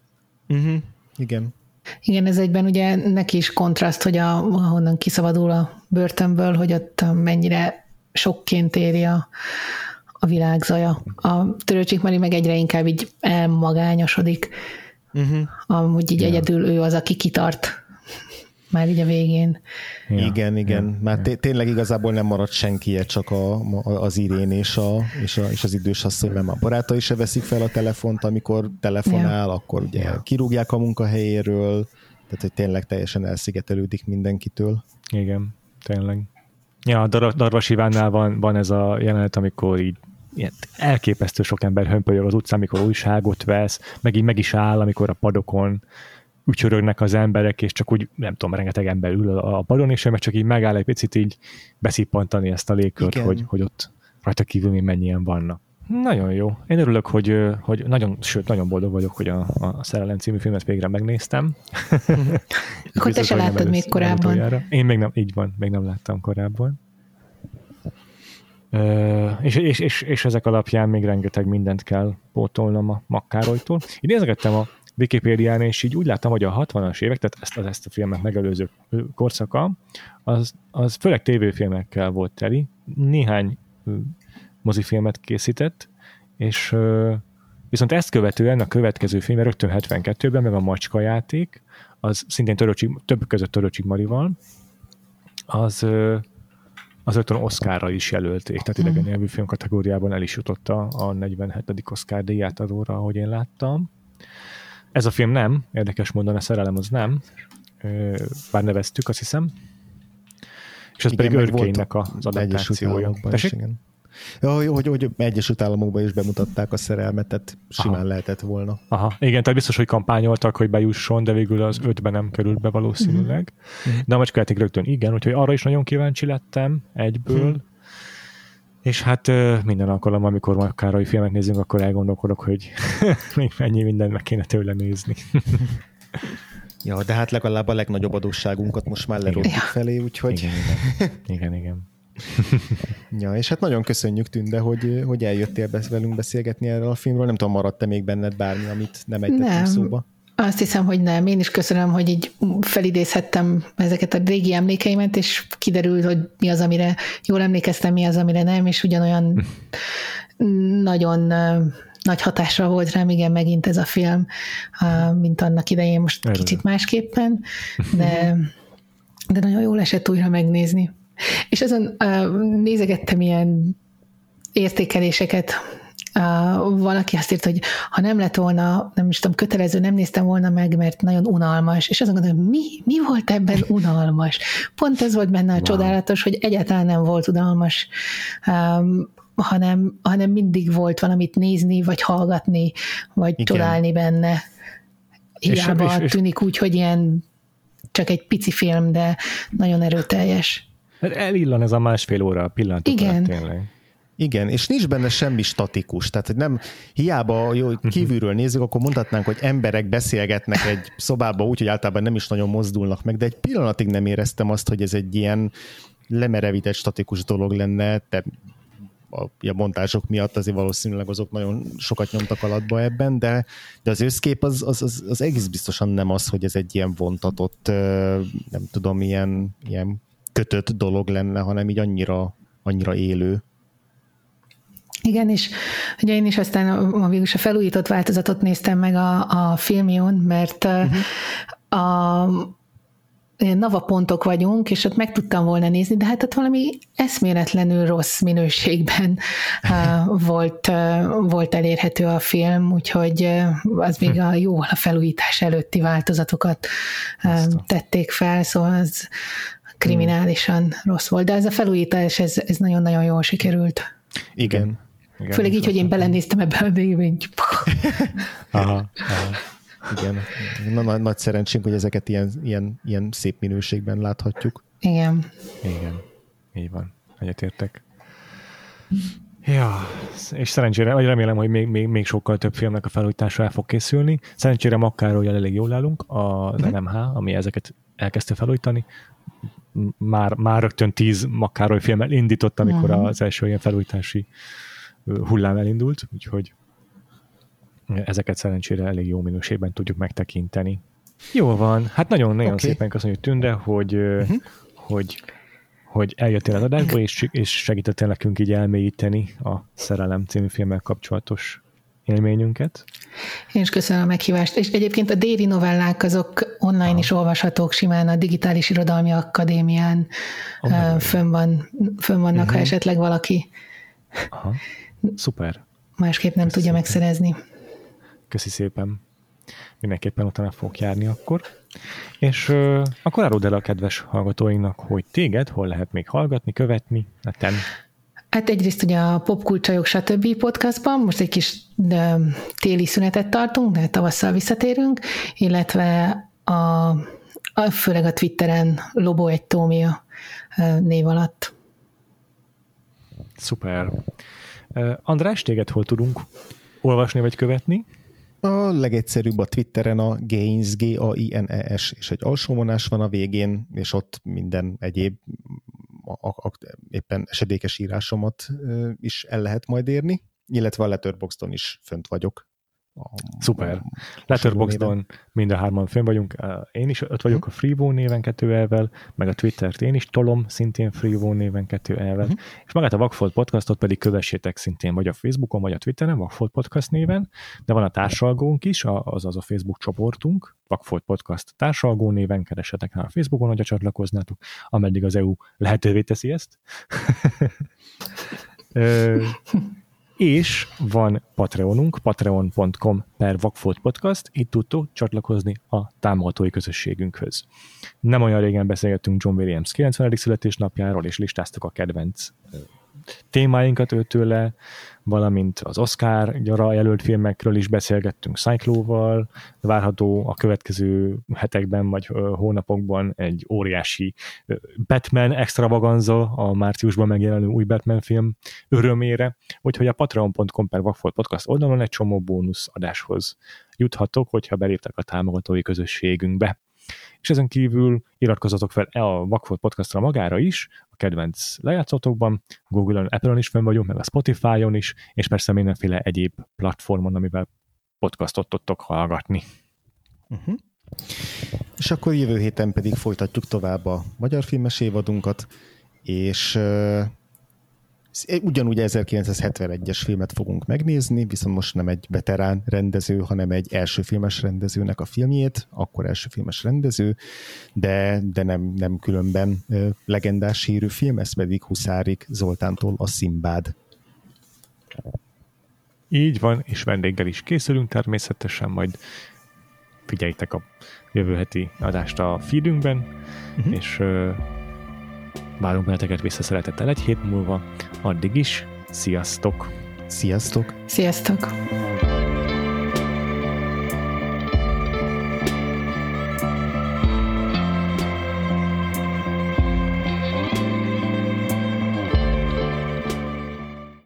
Igen. Igen, ez egyben ugye neki is kontraszt, hogy ahonnan kiszabadul a börtönből, hogy ott mennyire sokként éri a világ zaja. A Töröcsik Mari meg egyre inkább így elmagányosodik. Amúgy így egyedül ő az, aki kitart már így a végén. Ja. Igen. Már tényleg igazából nem maradt senki, csak az Irén és az idős asszony, mert a barátai se veszik fel a telefont, amikor telefonál, akkor ugye kirúgják a munkahelyéről, tehát hogy tényleg teljesen elszigetelődik mindenkitől. Igen, tényleg. Ja, a Darvas Ivánnál van ez a jelenet, amikor így ilyen elképesztő sok ember hömpölyög az utcán, amikor újságot vesz, meg is áll, amikor a padokon ücsörögnek az emberek, és csak úgy, nem tudom, rengeteg ember ül a padon, és meg csak így megáll egy picit így beszippantani ezt a légkört, hogy ott rajta kívül még mennyien vannak. Nagyon jó. Én örülök, hogy nagyon boldog vagyok, hogy a Szerelem című filmet végre megnéztem. Akkor te se láttad még korábban. Én még nem, így van, még nem láttam korábban. És ezek alapján még rengeteg mindent kell pótolnom a Makkárolytól. Én nézgettem a Wikipédián, és így úgy láttam, hogy a 60-as évek, tehát ezt a filmet megelőző korszaka, az főleg tévéfilmekkel volt teli. Néhány mozifilmet készített, és viszont ezt követően a következő film, rögtön 72-ben, meg a Macska játék, az szintén több között Töröcsik Marival, az rögtön Oscarra is jelölték, tehát idegen nyelvű film kategóriában el is jutott a 47. Oscar díjátadóra, ahogy én láttam. Ez a film nem, érdekes módon a Szerelem az nem, bár neveztük, azt hiszem. És ez pedig Örkénynek az adaptációja. Hogy Egyesült Államokban is bemutatták a Szerelmet, tehát simán lehetett volna. Aha, igen, tehát biztos, hogy kampányoltak, hogy bejusson, de végül az 5-ben nem került be valószínűleg. De a Macska játék rögtön igen, úgyhogy arra is nagyon kíváncsi lettem egyből. És hát minden alkalommal, amikor Makkárai filmet nézünk, akkor elgondolkodok, hogy még mennyi mindent meg kéne tőle nézni. Ja, de hát legalább a legnagyobb adósságunkat most már lerodjuk felé, úgyhogy... Igen. Ja, és hát nagyon köszönjük, Tünde, hogy eljöttél velünk beszélgetni erről a filmről. Nem tudom, maradt-e még benned bármi, amit nem ejtettünk szóba? Azt hiszem, hogy nem. Én is köszönöm, hogy így felidézhettem ezeket a régi emlékeimet, és kiderült, hogy mi az, amire jól emlékeztem, mi az, amire nem, és ugyanolyan nagyon nagy hatásra volt rám, igen, megint ez a film, mint annak idején, most kicsit másképpen, de nagyon jól esett újra megnézni. És azon nézegettem ilyen értékeléseket, valaki azt írt, hogy ha nem lett volna, nem is tudom, kötelező, nem néztem volna meg, mert nagyon unalmas, és azon gondolom, mi volt ebben unalmas? Pont ez volt benne a csodálatos, hogy egyáltalán nem volt unalmas, hanem mindig volt valamit nézni, vagy hallgatni, vagy igen, csodálni benne. Hiába tűnik úgy, hogy ilyen csak egy pici film, de nagyon erőteljes. Elillan ez a másfél óra a pillanatok alatt tényleg. Igen, és nincs benne semmi statikus, tehát hogy nem, hiába kívülről nézzük, akkor mondhatnánk, hogy emberek beszélgetnek egy szobába úgy, hogy általában nem is nagyon mozdulnak meg, de egy pillanatig nem éreztem azt, hogy ez egy ilyen lemerevített statikus dolog lenne, a montázsok miatt azért valószínűleg azok nagyon sokat nyomtak alatba ebben, de az összkép az egész biztosan nem az, hogy ez egy ilyen vontatott, nem tudom, ilyen kötött dolog lenne, hanem így annyira élő. Igen, és ugye én is aztán végülis a felújított változatot néztem meg a Filmion, mert navapontok vagyunk, és ott meg tudtam volna nézni, de hát ott valami eszméletlenül rossz minőségben volt elérhető a film, úgyhogy az még jóval a felújítás előtti változatokat tették fel, szóval az kriminálisan rossz volt, de ez a felújítás, ez nagyon-nagyon jól sikerült. Igen. Főleg így, hogy én belenéztem ebbe a végén. Aha. Igen. Nagy szerencsénk, hogy ezeket ilyen szép minőségben láthatjuk. Igen. Így van. Egyetértek. Ja, és szerencsére, vagy remélem, hogy még sokkal több filmnek a felújítása el fog készülni. Szerencsére Makkárolyjal elég jól állunk, az NMH, ami ezeket elkezdte felújítani. Már rögtön 10 Makkároly filmmel indított, amikor az első ilyen felújítási hullám elindult, úgyhogy ezeket szerencsére elég jó minőségben tudjuk megtekinteni. Jó van, hát nagyon szépen köszönjük, Tünde, hogy eljöttél az adásba, és segítettél nekünk így elmélyíteni a Szerelem című filmmel kapcsolatos élményünket. Én is köszönöm a meghívást. És egyébként a déli novellák azok online is olvashatók simán, a Digitális Irodalmi Akadémián fönn vannak, ha esetleg valaki szuper. Másképp nem tudja megszerezni. Köszi szépen. Mindenképpen utána fogok járni akkor. És akkor áruld el a kedves hallgatóinknak, hogy téged hol lehet még hallgatni, követni, neten. Hát egyrészt ugye a Popkulcsajok stb. Podcastban, most egy kis téli szünetet tartunk, de tavasszal visszatérünk, illetve főleg a Twitteren Lobó egy Tómia név alatt. Szuper. András, téged hol tudunk olvasni vagy követni? A legegyszerűbb a Twitteren a Gaines, G-A-I-N-E-S, és egy alsóvonás van a végén, és ott minden egyéb éppen esedékes írásomat is el lehet majd érni, illetve a Letterboxdon is fönt vagyok. Szuper. Letterboxdon mind a hárman fönn vagyunk. Én is ott vagyok a Freevo néven 2 elvel, meg a Twittert én is tolom, szintén Freevo néven 2 elvel, és magát a Vakfolt Podcastot pedig kövessétek szintén vagy a Facebookon, vagy a Twitteren, Vakfolt Podcast néven, de van a társalgónk is, azaz a Facebook csoportunk, Vakfolt Podcast társalgó néven, keressetek rá a Facebookon, hogy csatlakoznátok, ameddig az EU lehetővé teszi ezt. És van Patreonunk, patreon.com/Vakfolt Podcast, itt tudtok csatlakozni a támogatói közösségünkhöz. Nem olyan régen beszélgettünk John Williams 90. születésnapjáról, és listáztuk a kedvenc témáinkat tőle, valamint az Oscar-gyara jelölt filmekről is beszélgettünk Cyclóval, várható a következő hetekben vagy hónapokban egy óriási Batman extravaganza, a márciusban megjelenő új Batman film örömére, úgyhogy a patreon.com/Vagfolt Podcast oldalon egy csomó bónusz adáshoz juthatok, hogyha beléptek a támogatói közösségünkbe. És ezen kívül iratkozzatok fel a Vagfolt Podcastra magára is, a kedvenc lejátszótokban, Google-on, Apple-on is fenn vagyunk, meg a Spotify-on is, és persze mindenféle egyéb platformon, amivel podcastot tudtok hallgatni. Uh-huh. És akkor jövő héten pedig folytatjuk tovább a magyar filmes évadunkat, és ugyanúgy 1971-es filmet fogunk megnézni, viszont most nem egy veterán rendező, hanem egy első filmes rendezőnek a filmjét, akkor első filmes rendező, de nem különben legendás hírű film, ez pedig Huszárik Zoltántól a Szimbád. Így van, és vendéggel is készülünk természetesen, majd figyeljétek a jövő heti adást a feedünkben, és várunk benneteket vissza szeretettel egy hét múlva. Addig is, sziasztok! Sziasztok! Sziasztok!